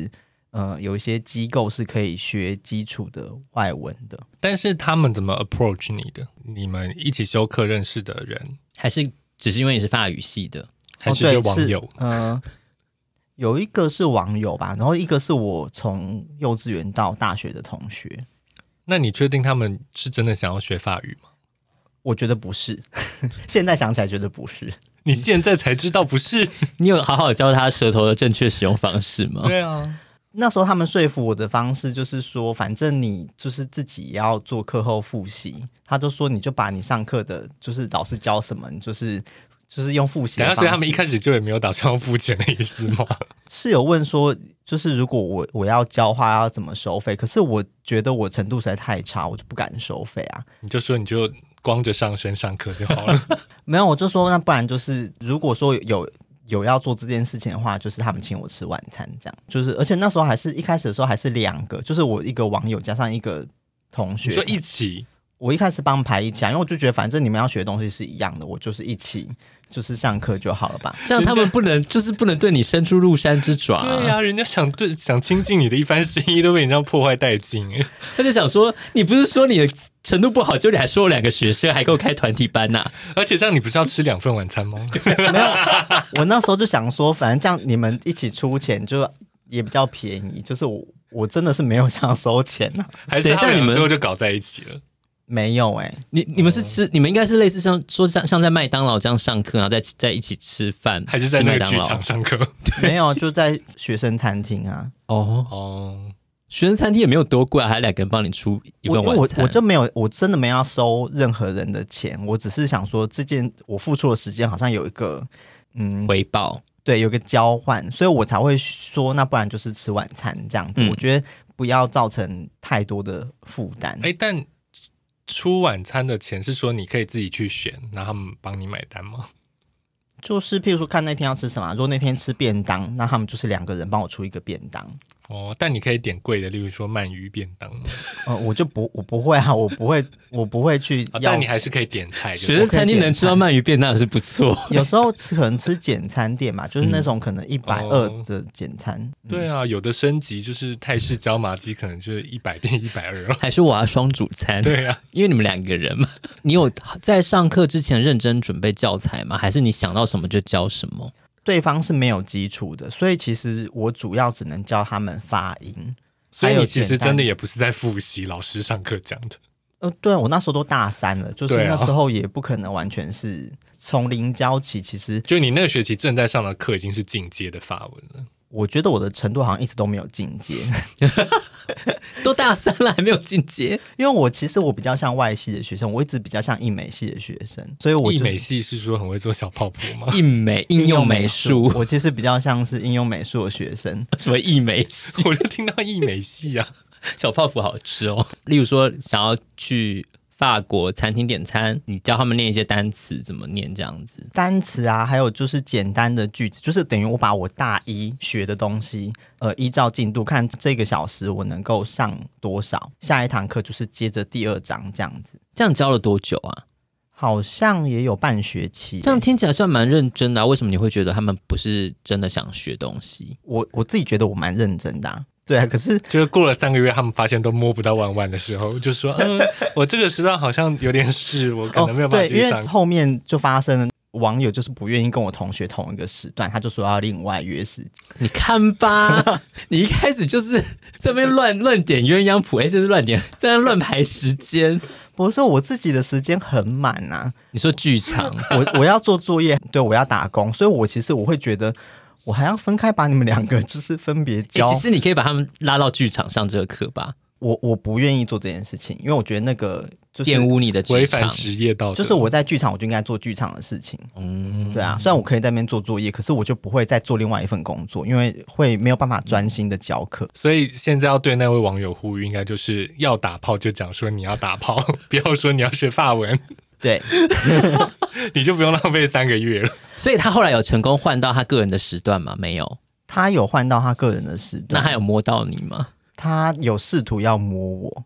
有一些机构是可以学基础的外文的。 但是他们怎么 approach 你的？你们一起修课认识的人， 还是只是因为你是法语系的？ 还是就网友？ 有一个是网友吧，然后一个是我从幼稚园到大学的同学。 那你确定他们是真的想要学法语吗？ 我觉得不是，现在想起来觉得不是。 你现在才知道不是？ 你有好好教他舌头的正确使用方式吗？ 对啊， 那时候他们说服我的方式就是说，反正你就是自己也要做课后复习，他就说你就把你上课的，就是老师教什么，你就是用复习的方式。 所以他们一开始就也没有打算要付钱的意思吗？ 是有问说，就是如果我要教的话要怎么收费，可是我觉得我程度实在太差，我就不敢收费啊。 你就说你就光着上身上课就好了。 没有，我就说那不然就是如果说有要做这件事情的话，就是他们请我吃晚餐这样。就是而且那时候还是一开始的时候还是2个，就是我一个网友加上一个同学。 你说一起？ 我一开始帮他们排一起，因为我就觉得反正你们要学的东西是一样的，我就是一起就是上课就好了吧。 这样他们不能对你伸出入山之爪。 对啊，人家想亲近你的一番心意都被你这样破坏殆尽。 他就想说，你不是说你的程度不好，就你还收了2个学生，还给我开团体班啊？ 而且这样你不是要吃2份晚餐吗？ 没有，我那时候就想说，反正这样你们一起出钱就也比较便宜。就是我真的是没有想收钱啊。 还是他们最后就搞在一起了？ 没有你们是吃，你们应该是类似像在麦当劳这样上课，然后在一起吃饭， 还是在那个剧场上课？ 没有，就在学生餐厅啊。 学生餐厅也没有多贵啊，还2个人帮你出一份晚餐。 我就没有，我真的没有要收任何人的钱，我只是想说这件我付出的时间好像有一个回报， 对，有个交换，所以我才会说那不然就是吃晚餐这样子。我觉得不要造成太多的负担。 但出晚餐的钱是说你可以自己去选，然后他们帮你买单吗？ 就是譬如说看那天要吃什么，如果那天吃便当，那他们就是2个人帮我出一个便当。 但你可以点贵的，例如说鳗鱼便当。 我不会啊，我不会去要。 但你还是可以点菜。 学生餐厅能吃到鳗鱼便当是不错。 有时候可能吃简餐店嘛，就是那种可能120的简餐。 对啊，有的升级就是泰式椒麻鸡，可能就是100变120。 还是我要双主餐？ 对啊， 因为你们2个人嘛。你有在上课之前认真准备教材吗？还是你想到什么就教什么？ 对方是没有基础的，所以其实我主要只能教他们发音。 所以你其实真的也不是在复习老师上课讲的。 对，我那时候都大3了，就是那时候也不可能完全是从零教起。其实就你那个学期正在上的课已经是进阶的法文了。 我觉得我的程度好像一直都没有进阶。 都大3了还没有进阶。 因为其实我比较像外系的学生，我一直比较像英美系的学生，所以我英美系是说很会做小泡芙吗？ 应用美术， 我其实比较像是应用美术的学生。 什么艺美系？ 我就听到艺美系啊。 小泡芙好吃哦。例如说想要去法国餐厅点餐，你教他们念一些单词怎么念这样子。 单词啊，还有就是简单的句子，就是等于我把我大1学的东西依照进度看这个小时我能够上多少，下一堂课就是接着第2章这样子。 这样教了多久啊？ 好像也有半学期。 这样听起来算蛮认真的啊。为什么你会觉得他们不是真的想学东西？ 我自己觉得我蛮认真的啊。对啊，可是就是过了3个月，他们发现都摸不到万的时候，就说我这个时段好像有点事，我可能没有办法去上。 对，因为后面就发生了，网友就是不愿意跟我同学同一个时段，他就说要另外约时间。 你看吧，你一开始就是这边乱点鸳鸯谱，这是乱点，在那乱排时间。 不是我自己的时间很满啊。 你说剧场， 我要做作业，对，我要打工，所以我其实会觉得。我还要分开把你们2个就是分别教。 其实你可以把他们拉到剧场上这个课吧。 我不愿意做这件事情，因为我觉得那个就是玷污你的职场， 违反职业道德。 就是我在剧场，我就应该做剧场的事情。对啊，虽然我可以在那边做作业，可是我就不会再做另外一份工作，因为会没有办法专心的教课。 所以现在要对那位网友呼吁，应该就是要打炮就讲说你要打炮，不要说你要学法文。 对， 你就不用浪费3个月了。 所以他后来有成功换到他个人的时段吗？没有。 他有换到他个人的时段。 那他有摸到你吗？ 他有试图要摸我。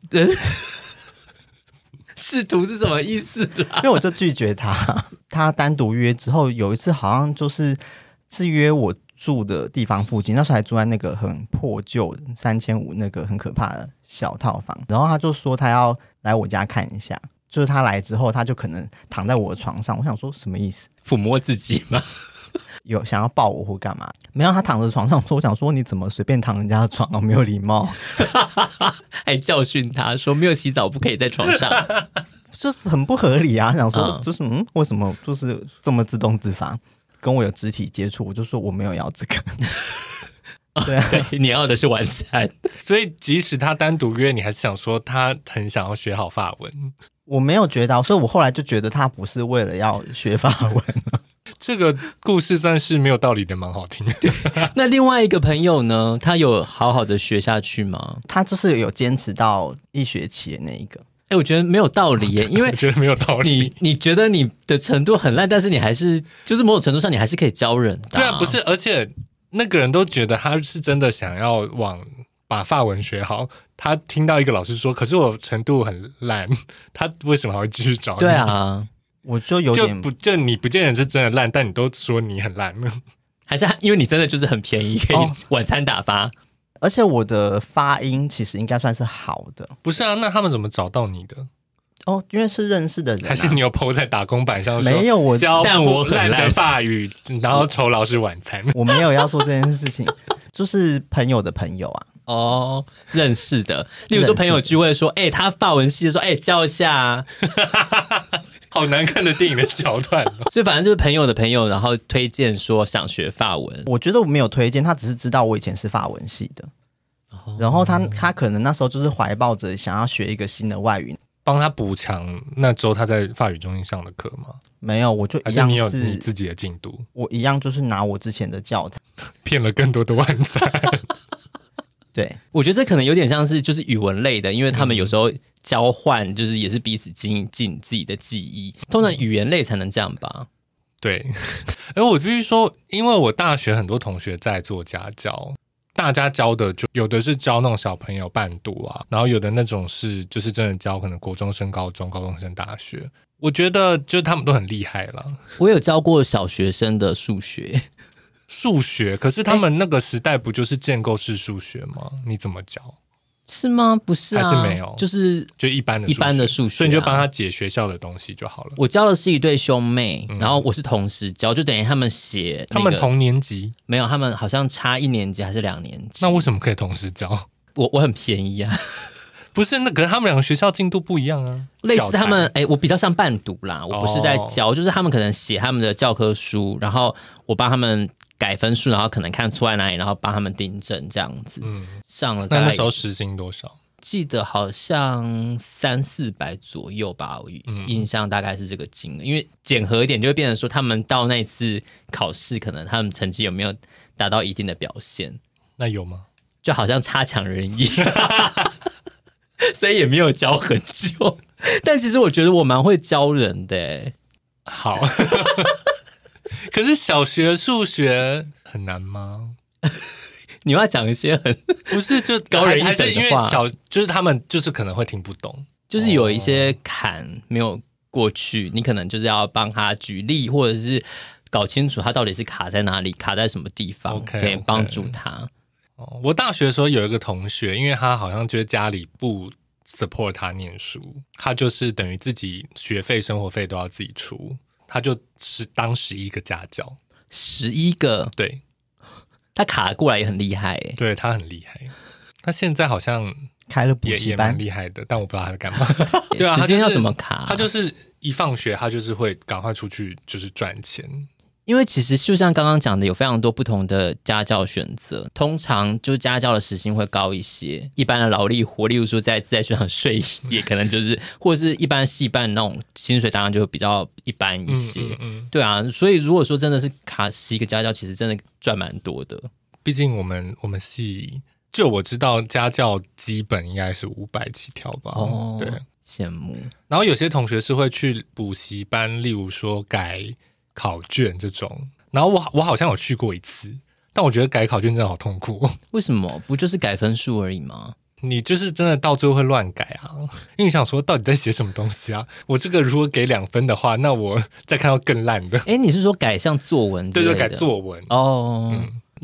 试图是什么意思啦？ 因为我就拒绝他。他单独约之后，有一次好像是约我住的地方附近，那时候还住在那个很破旧3500那个很可怕的小套房，然后他就说他要来我家看一下，就是他来之后他就可能躺在我的床上，我想说什么意思？ 抚摸自己吗？ 有想要抱我或干嘛？没有，他躺着床上说，我想说你怎么随便躺人家的床，没有礼貌。 还教训他说没有洗澡不可以在床上， 就是很不合理啊！想说就是为什么就是这么自动自发跟我有肢体接触？我就说我没有要这个。对啊， 对，你要的是晚餐。 所以即使他单独约你，还是想说他很想要学好法文。 我没有觉得，所以我后来就觉得他不是为了要学法文。 这个故事算是没有道理的，蛮好听的。 那另外一个朋友呢？他有好好的学下去吗？ 他就是有坚持到1学期的那一个。 我觉得没有道理耶，因为我觉得没有道理。 你觉得你的程度很烂，但是你还是就是某种程度上你还是可以教人的。 对啊，不是，而且那个人都觉得他是真的想要把法文学好。他听到一个老师说，可是我程度很烂，他为什么还会继续找你？ 对啊， 我就有点就你不见得是真的烂，但你都说你很烂， 还是因为你真的就是很便宜，可以晚餐打发。 而且我的发音其实应该算是好的。 不是啊，那他们怎么找到你的？ 哦，因为是认识的人、 还是你有 po 在打工板上说没有我教但我很烂的法语，然后酬劳是晚餐？ 我没有要说这件事情，就是朋友的朋友啊。 哦，认识的，例如说朋友聚会说，他法文系的时候，教一下啊。 好难看的电影的桥段哦。 所以反正就是朋友的朋友，然后推荐说想学法文。 我觉得我没有推荐，他只是知道我以前是法文系的，然后他可能那时候就是怀抱着想要学一个新的外语， 帮他补强那周他在法语中心上的课吗？ 没有，我就一样还是你有你自己的进度？ 我一样就是拿我之前的教材骗了更多的晚餐。 对， 我觉得这可能有点像是就是语文类的，因为他们有时候交换就是也是彼此精进自己的记忆，通常语言类才能这样吧。 对，而我必须说，因为我大学很多同学在做家教，大家教的就有的是教那种小朋友伴读啊，然后有的那种是就是真的教可能国中升高中、高中升大学。我觉得就是他们都很厉害了。 我有教过小学生的数学， 可是他们那个时代不就是建构式数学吗？你怎么教？ 是吗？不是啊， 还是没有，就一般的数学，所以你就帮他解学校的东西就好了。 我教的是一对兄妹，然后我是同时教，就等于他们写、 他们同年级？ 没有，他们好像差1年级还是2年级。 那为什么可以同时教？ 我很便宜啊。 不是，可是他们两个学校进度不一样啊。 类似他们，我比较像伴读啦，我不是在教，就是他们可能写他们的教科书，然后我帮他们改分数，然后可能看错在哪里，然后帮他们订正这样子。上了大概那时候时薪多少？ 记得好像300-400左右吧，我印象大概是这个金额。因为检核一点就会变成说，他们到那次考试，可能他们成绩有没有达到一定的表现？ 那有吗？ 就好像差强人意。所以也没有教很久，但其实我觉得我蛮会教人的耶。 好。可是小学数学很难吗？ 你要讲一些很不是就高人一等的话， 还是因为就是他们就是可能会听不懂， 就是有一些坎没有过去，你可能就是要帮他举例，或者是搞清楚他到底是卡在哪里，卡在什么地方，可以帮助他。 我大学的时候有一个同学，因为他好像觉得家里不 support 他念书，他就是等于自己学费生活费都要自己出，他就是当11个家教。 11个？ 对， 他卡过来也很厉害耶。 对，他很厉害，他现在好像开了补习班， 也蛮厉害的，但我不知道他在干嘛。对啊， 时间要怎么卡？ 他就是一放学他就是会赶快出去就是赚钱。 因为其实就像刚刚讲的，有非常多不同的家教选择，通常就是家教的时薪会高一些，一般的劳力活，例如说在自在学堂睡也可能就是或者是一般系办那种薪水当然就会比较一般一些。对啊，所以如果说真的是卡11个家教，其实真的赚蛮多的。 毕竟我们系就我知道家教基本应该是500起跳吧。对， 羡慕。 然后有些同学是会去补习班，例如说改考卷这种，然后我好像有去过一次，但我觉得改考卷真的好痛苦。为什么？不就是改分数而已吗？ 你就是真的到最后会乱改啊，因为你想说到底在写什么东西啊？我这个如果给2分的话，那我再看到更烂的。 你是说改像作文之类的？ 对，改作文。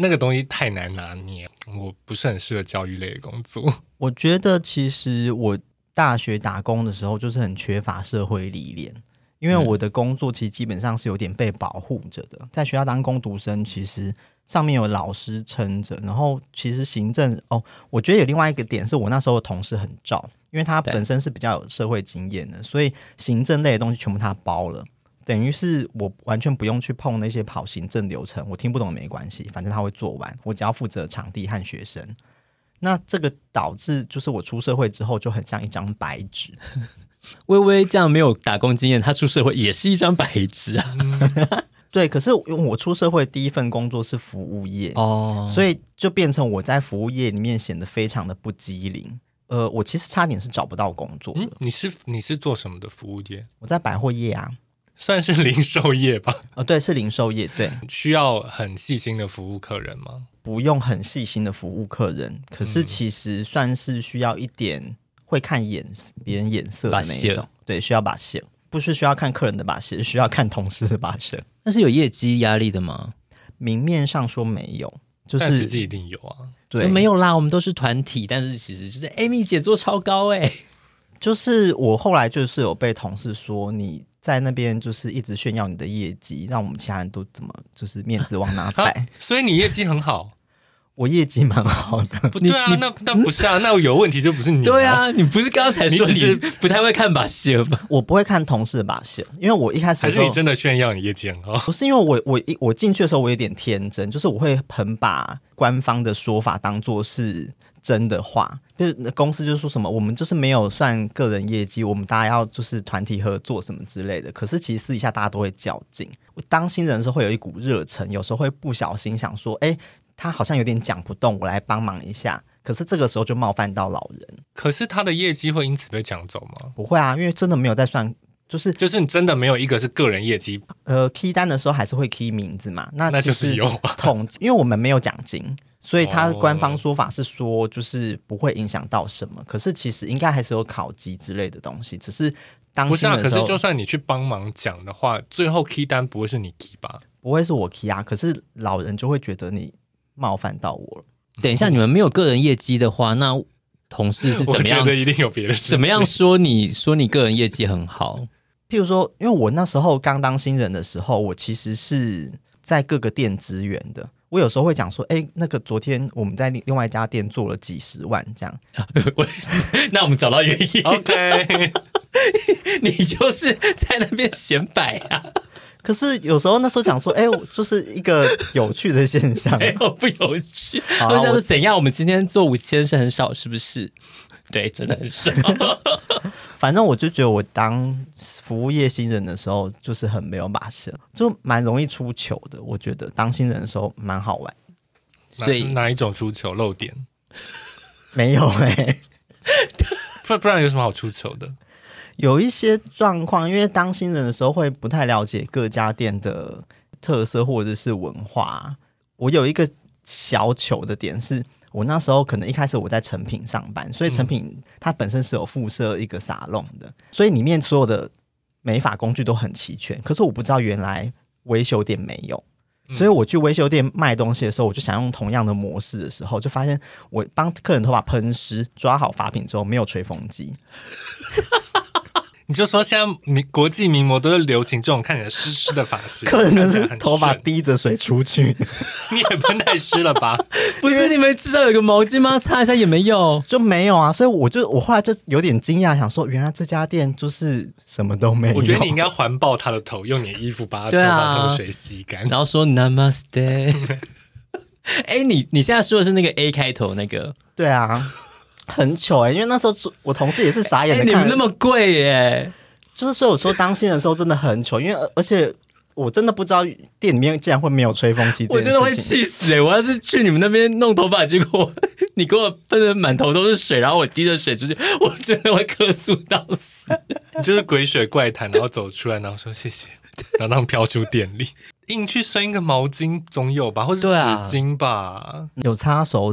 那个东西太难拿捏，我不是很适合教育类的工作。 我觉得其实我大学打工的时候就是很缺乏社会历练，因为我的工作其实基本上是有点被保护着的。在学校当工读生，其实上面有老师撑着，然后其实行政我觉得有另外一个点是我那时候的同事很照，因为他本身是比较有社会经验的，所以行政类的东西全部他包了。等于是我完全不用去碰那些跑行政流程，我听不懂没关系，反正他会做完，我只要负责场地和学生。那这个导致就是我出社会之后就很像一张白纸。 微微这样没有打工经验，他出社会也是一张白纸啊。 对，可是我出社会第一份工作是服务业所以就变成我在服务业里面显得非常的不机灵。我其实差点是找不到工作的。 你是做什么的服务业？ 我在百货业啊。 算是零售业吧。 对，是零售业。对， 需要很细心的服务客人吗？ 不用很细心的服务客人，可是其实算是需要一点会看别人眼色的那一种。对，需要把线，不是需要看客人的把线，需要看同事的把线。 那是有业绩压力的吗？ 明面上说没有，就是但实际一定有啊。 对， 没有啦，我们都是团体，但是其实就是 Amy 姐做超高就是我后来就是有被同事说你在那边就是一直炫耀你的业绩，让我们其他人都怎么就是面子往哪摆。 所以你业绩很好。 我业绩蛮好的。 不对啊，那不是啊，那有问题就不是你。 对啊，你不是刚才说你不太会看把戏吗？ 我不会看同事的把戏，因为我一开始的时候还是你真的炫耀你业绩很好？ 不是，因为我进去的时候我有点天真，就是我会很把官方的说法当作是真的话，就是公司就说什么我们就是没有算个人业绩，我们大家要就是团体合作什么之类的。可是其实私底下大家都会较劲。我当新人的时候会有一股热忱，有时候会不小心想说他好像有点讲不动，我来帮忙一下。可是这个时候就冒犯到老人。 可是他的业绩会因此被抢走吗？ 不会啊，因为真的没有在算，就是你真的没有一个是个人业绩。 key 单的时候还是会 key 名字嘛，那就是有啊。 因为我们没有奖金，所以他官方说法是说就是不会影响到什么。可是其实应该还是有考绩之类的东西，只是当新人的时候。 不是啊，可是就算你去帮忙讲的话，最后 key 单不会是你 key 吧？ 不会是我 key 啊，可是老人就会觉得你冒犯到我了。 等一下，你们没有个人业绩的话，那同事是怎么样？ 我觉得一定有别的事情。 怎么样说你个人业绩很好？ 譬如说，因为我那时候刚当新人的时候，我其实是在各个店支援的。我有时候会讲说，那个昨天我们在另外一家店做了几十万这样。 那我们找到原因。 OK， 你就是在那边显摆啊。 可是有时候那时候讲说，就是一个有趣的现象。 不有趣。好像是怎样？我们今天做5000是很少，是不是？对，真的很少。 反正我就觉得我当服务业新人的时候，就是很没有把戏，就蛮容易出糗的。我觉得当新人的时候蛮好玩。 所以哪一种出糗？漏点？ 没有不然有什么好出糗的？ 有一些状况，因为当新人的时候会不太了解各家店的特色或者是文化。我有一个小糗的点是，我那时候可能一开始我在成品上班，所以成品它本身是有附设一个沙龙的，所以里面所有的美发工具都很齐全。可是我不知道原来维修店没有，所以我去维修店卖东西的时候，我就想用同样的模式的时候，就发现我帮客人头发喷湿抓好发品之后没有吹风机。 你就说现在国际名模都是流行这种看起来湿湿的发型， 客人是头发滴着水出去。 你也喷太湿了吧？ 不是你们至少有个毛巾吗？擦一下也没有， 就没有啊。所以我后来就有点惊讶，想说原来这家店就是什么都没有。 我觉得你应该环抱他的头，用你的衣服把他头发用水吸干， 然后说 Namaste。你现在说的是那个 A 开头那个？ 对啊。很糗因为那时候我同事也是傻眼的看。 你们那么贵耶， 就是所以我说当新人的时候真的很糗，因为而且我真的不知道店里面竟然会没有吹风机这件事情。 我真的会气死我要是去你们那边弄头发，结果你给我喷得满头都是水，然后我滴着水出去，我真的会客诉到死。 你就是鬼水怪谈，然后走出来，然后说谢谢，然后他们飘出店里。硬去生一个毛巾总有吧，或者是纸巾吧。 有擦手指，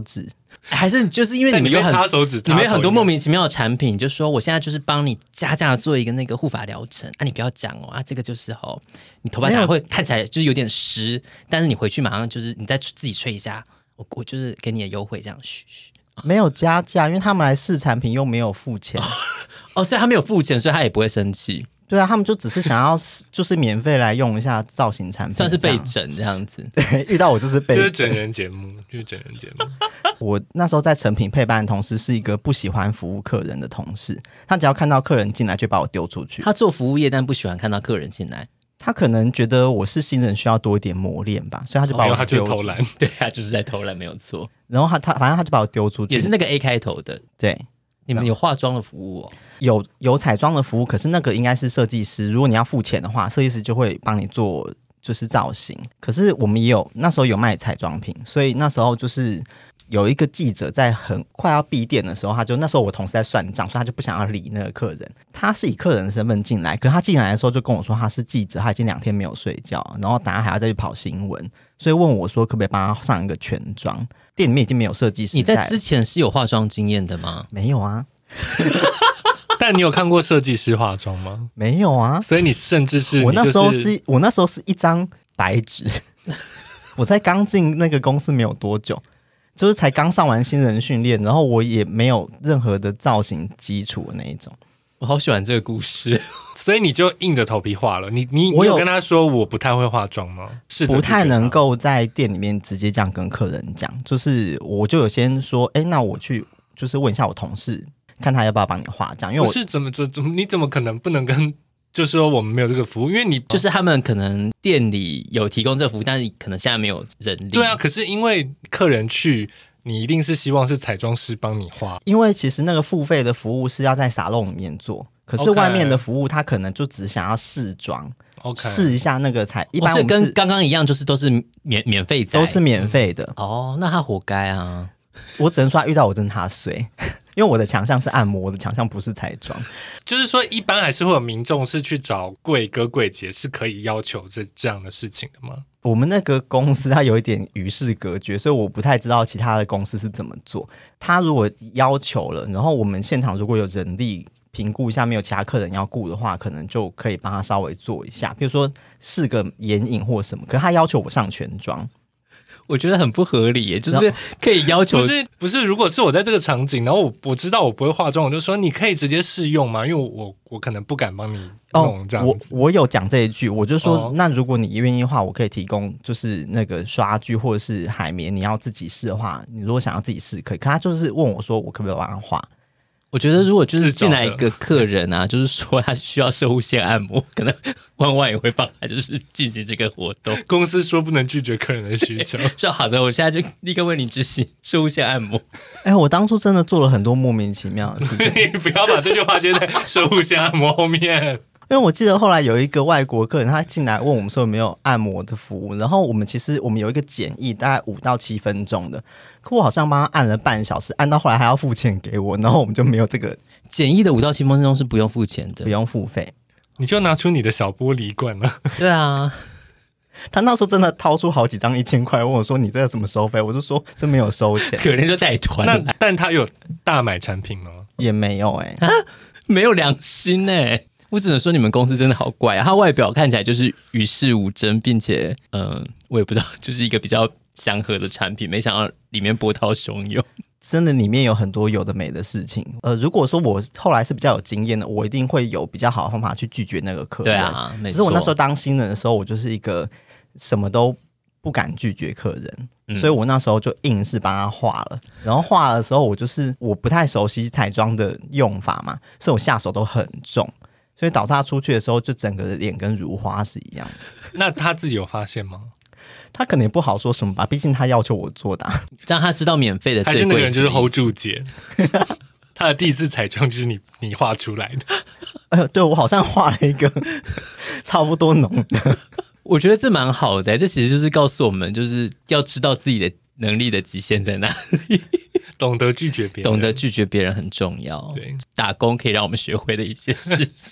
还是就是因为你们有擦手指， 你们有很多莫名其妙的产品，就说我现在就是帮你加价做一个那个护发疗程啊，你不要讲哦啊，这个就是你头发打会看起来就是有点湿，但是你回去马上就是你再自己吹一下，我就是给你的优惠这样，嘘。 没有加价，因为他们来试产品又没有付钱。 所以他没有付钱，所以他也不会生气。 对啊，他们就只是想要就是免费来用一下造型产品， 算是被整这样子。 对，遇到我就是被整， 就是整人节目， 我那时候在成品配班的同事是一个不喜欢服务客人的同事，他只要看到客人进来就把我丢出去。 他做服务业，但不喜欢看到客人进来。 他可能觉得我是新人，需要多一点磨练吧，所以他就把我丢出去。 他就偷懒， 对啊，就是在偷懒，没有错。 然后他反正他就把我丢出去， 也是那个 A 开头的。 对， 你们有化妆的服务哦？ 有彩妆的服务，可是那个应该是设计师。如果你要付钱的话，设计师就会帮你做就是造型。可是我们也有那时候有卖彩妆品，所以那时候就是有一个记者在很快要闭店的时候，那时候我同事在算账，所以他就不想要理那个客人。他是以客人的身份进来，可是他进来的时候就跟我说他是记者，他已经2天没有睡觉，然后等下还要再去跑新闻，所以问我说可不可以帮他上一个全妆。店里面已经没有设计师。 你在之前是有化妆经验的吗？ 没有啊。 但你有看过设计师化妆吗？ 没有啊。 所以你甚至是我那时候是一张白纸。我才刚进那个公司没有多久，就是才刚上完新人训练，然后我也没有任何的造型基础的那一种。 我好喜欢这个故事。 所以你就硬着头皮画了。你有跟他说我不太会化妆吗？ 不太能够在店里面直接这样跟客人讲，就是我就有先说，那我去就是问一下我同事，看他要不要帮你化这样。因为不是你怎么可能不能跟？就是说我们没有这个服务，因为你就是他们可能店里有提供这个服务，但是可能现在没有人力。 对啊，可是因为客人去，你一定是希望是彩妆师帮你画。 因为其实那个付费的服务是要在沙龙里面做，可是外面的服务他可能就只想要试妆，试一下那个彩。一般我们跟刚刚一样，就是都是免费仔， 都是免费的。 那他活该啊！ 我只能说他遇到我真的他衰。因为我的强项是按摩，我的强项不是彩妆。 就是说，一般还是会有民众是去找柜哥柜姐，是可以要求这样的事情的吗？ 我们那个公司它有一点与世隔绝，所以我不太知道其他的公司是怎么做。他如果要求了，然后我们现场如果有人力评估一下，没有其他客人要顾的话，可能就可以帮他稍微做一下，比如说试个眼影或什么。可是他要求我上全妆。 我觉得很不合理耶，就是可以要求不是，如果是我在这个场景，然后我知道我不会化妆，我就说你可以直接试用吗？因为我可能不敢帮你弄这样子。 我有讲这一句，我就说，那如果你愿意的话，我可以提供就是那个刷具或者是海绵，你要自己试的话，你如果想要自己试可以。可他就是问我说，我可不可以帮他画？ 我觉得如果就是进来一个客人啊，就是说他需要射护线按摩，可能万万也会帮他就是进行这个活动。 公司说不能拒绝客人的需求， 说好的，我现在就立刻为你执行射护线按摩。 我当初真的做了很多莫名其妙的事情。 你不要把这句话接在射护线按摩后面。 因为我记得后来有一个外国客人，他进来问我们说有没有按摩的服务，然后我们有一个简易大概5到7分钟的，可我好像帮他按了半小时，按到后来还要付钱给我，然后我们就没有这个简易的5到7分钟是不用付钱的， 不用付费， 你就拿出你的小玻璃罐了。 对啊， 他那时候真的掏出好几张1000块，问我说你这个怎么收费？我就说这没有收钱， 可能就带团来。 但他有大买产品吗？ 也没有没有良心我只能说你们公司真的好怪啊！它外表看起来就是与世无争，并且我也不知道，就是一个比较祥和的产品，没想到里面波涛汹涌。 真的里面有很多有的没的事情。如果说我后来是比较有经验的，我一定会有比较好的方法去拒绝那个客人。 对啊，没错。 只是我那时候当新人的时候，我就是一个什么都不敢拒绝客人，所以我那时候就硬是帮他画了。然后画的时候，我不太熟悉彩妆的用法嘛，所以我下手都很重。所以导致他出去的时候，就整个脸跟如花是一样的。 那他自己有发现吗？ 他可能也不好说什么吧，毕竟他要求我做的。 让他知道免费的最贵。 还是那个人就是 hold 住姐，他的第一次彩妆就是你画出来的。 对，我好像画了一个差不多浓的。 我觉得这蛮好的，这其实就是告诉我们，就是要知道自己的能力的极限在哪里。 懂得拒绝别人， 懂得拒绝别人很重要。 对， 打工可以让我们学会的一些事情。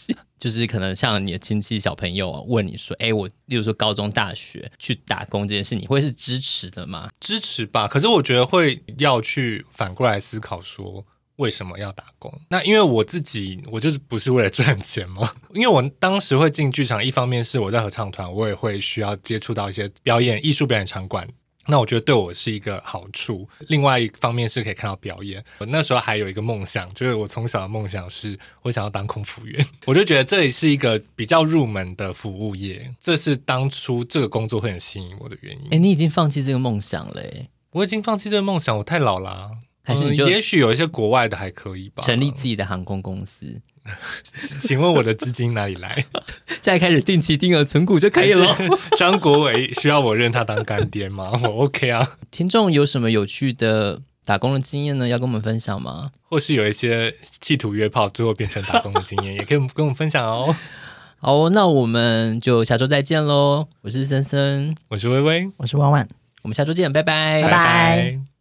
就是可能像你的亲戚小朋友问你说，我例如说高中大学去打工这件事，你会是支持的吗？ 支持吧，可是我觉得会要去反过来思考说为什么要打工。那因为我自己我就是不是为了赚钱嘛，因为我当时会进剧场，一方面是我在合唱团，我也会需要接触到一些艺术表演场馆，那我觉得对我是一个好处。另外一方面是可以看到表演。我那时候还有一个梦想，就是我从小的梦想是我想要当空服员，我就觉得这里是一个比较入门的服务业，这是当初这个工作会很吸引我的原因。 你已经放弃这个梦想了我已经放弃这个梦想，我太老啦。 还是你就也许有一些国外的还可以吧， 成立自己的航空公司？ 请问我的资金哪里来？ 现在开始定期定额存股就可以了。 张国伟需要我认他当干爹吗？我 OK 啊。 听众有什么有趣的打工的经验呢？要跟我们分享吗？ 或是有一些企图约炮最后变成打工的经验，也可以跟我们分享哦。 好，那我们就下周再见咯。我是森森， 我是微微， 我是万万， 我们下周见，拜拜， 拜拜。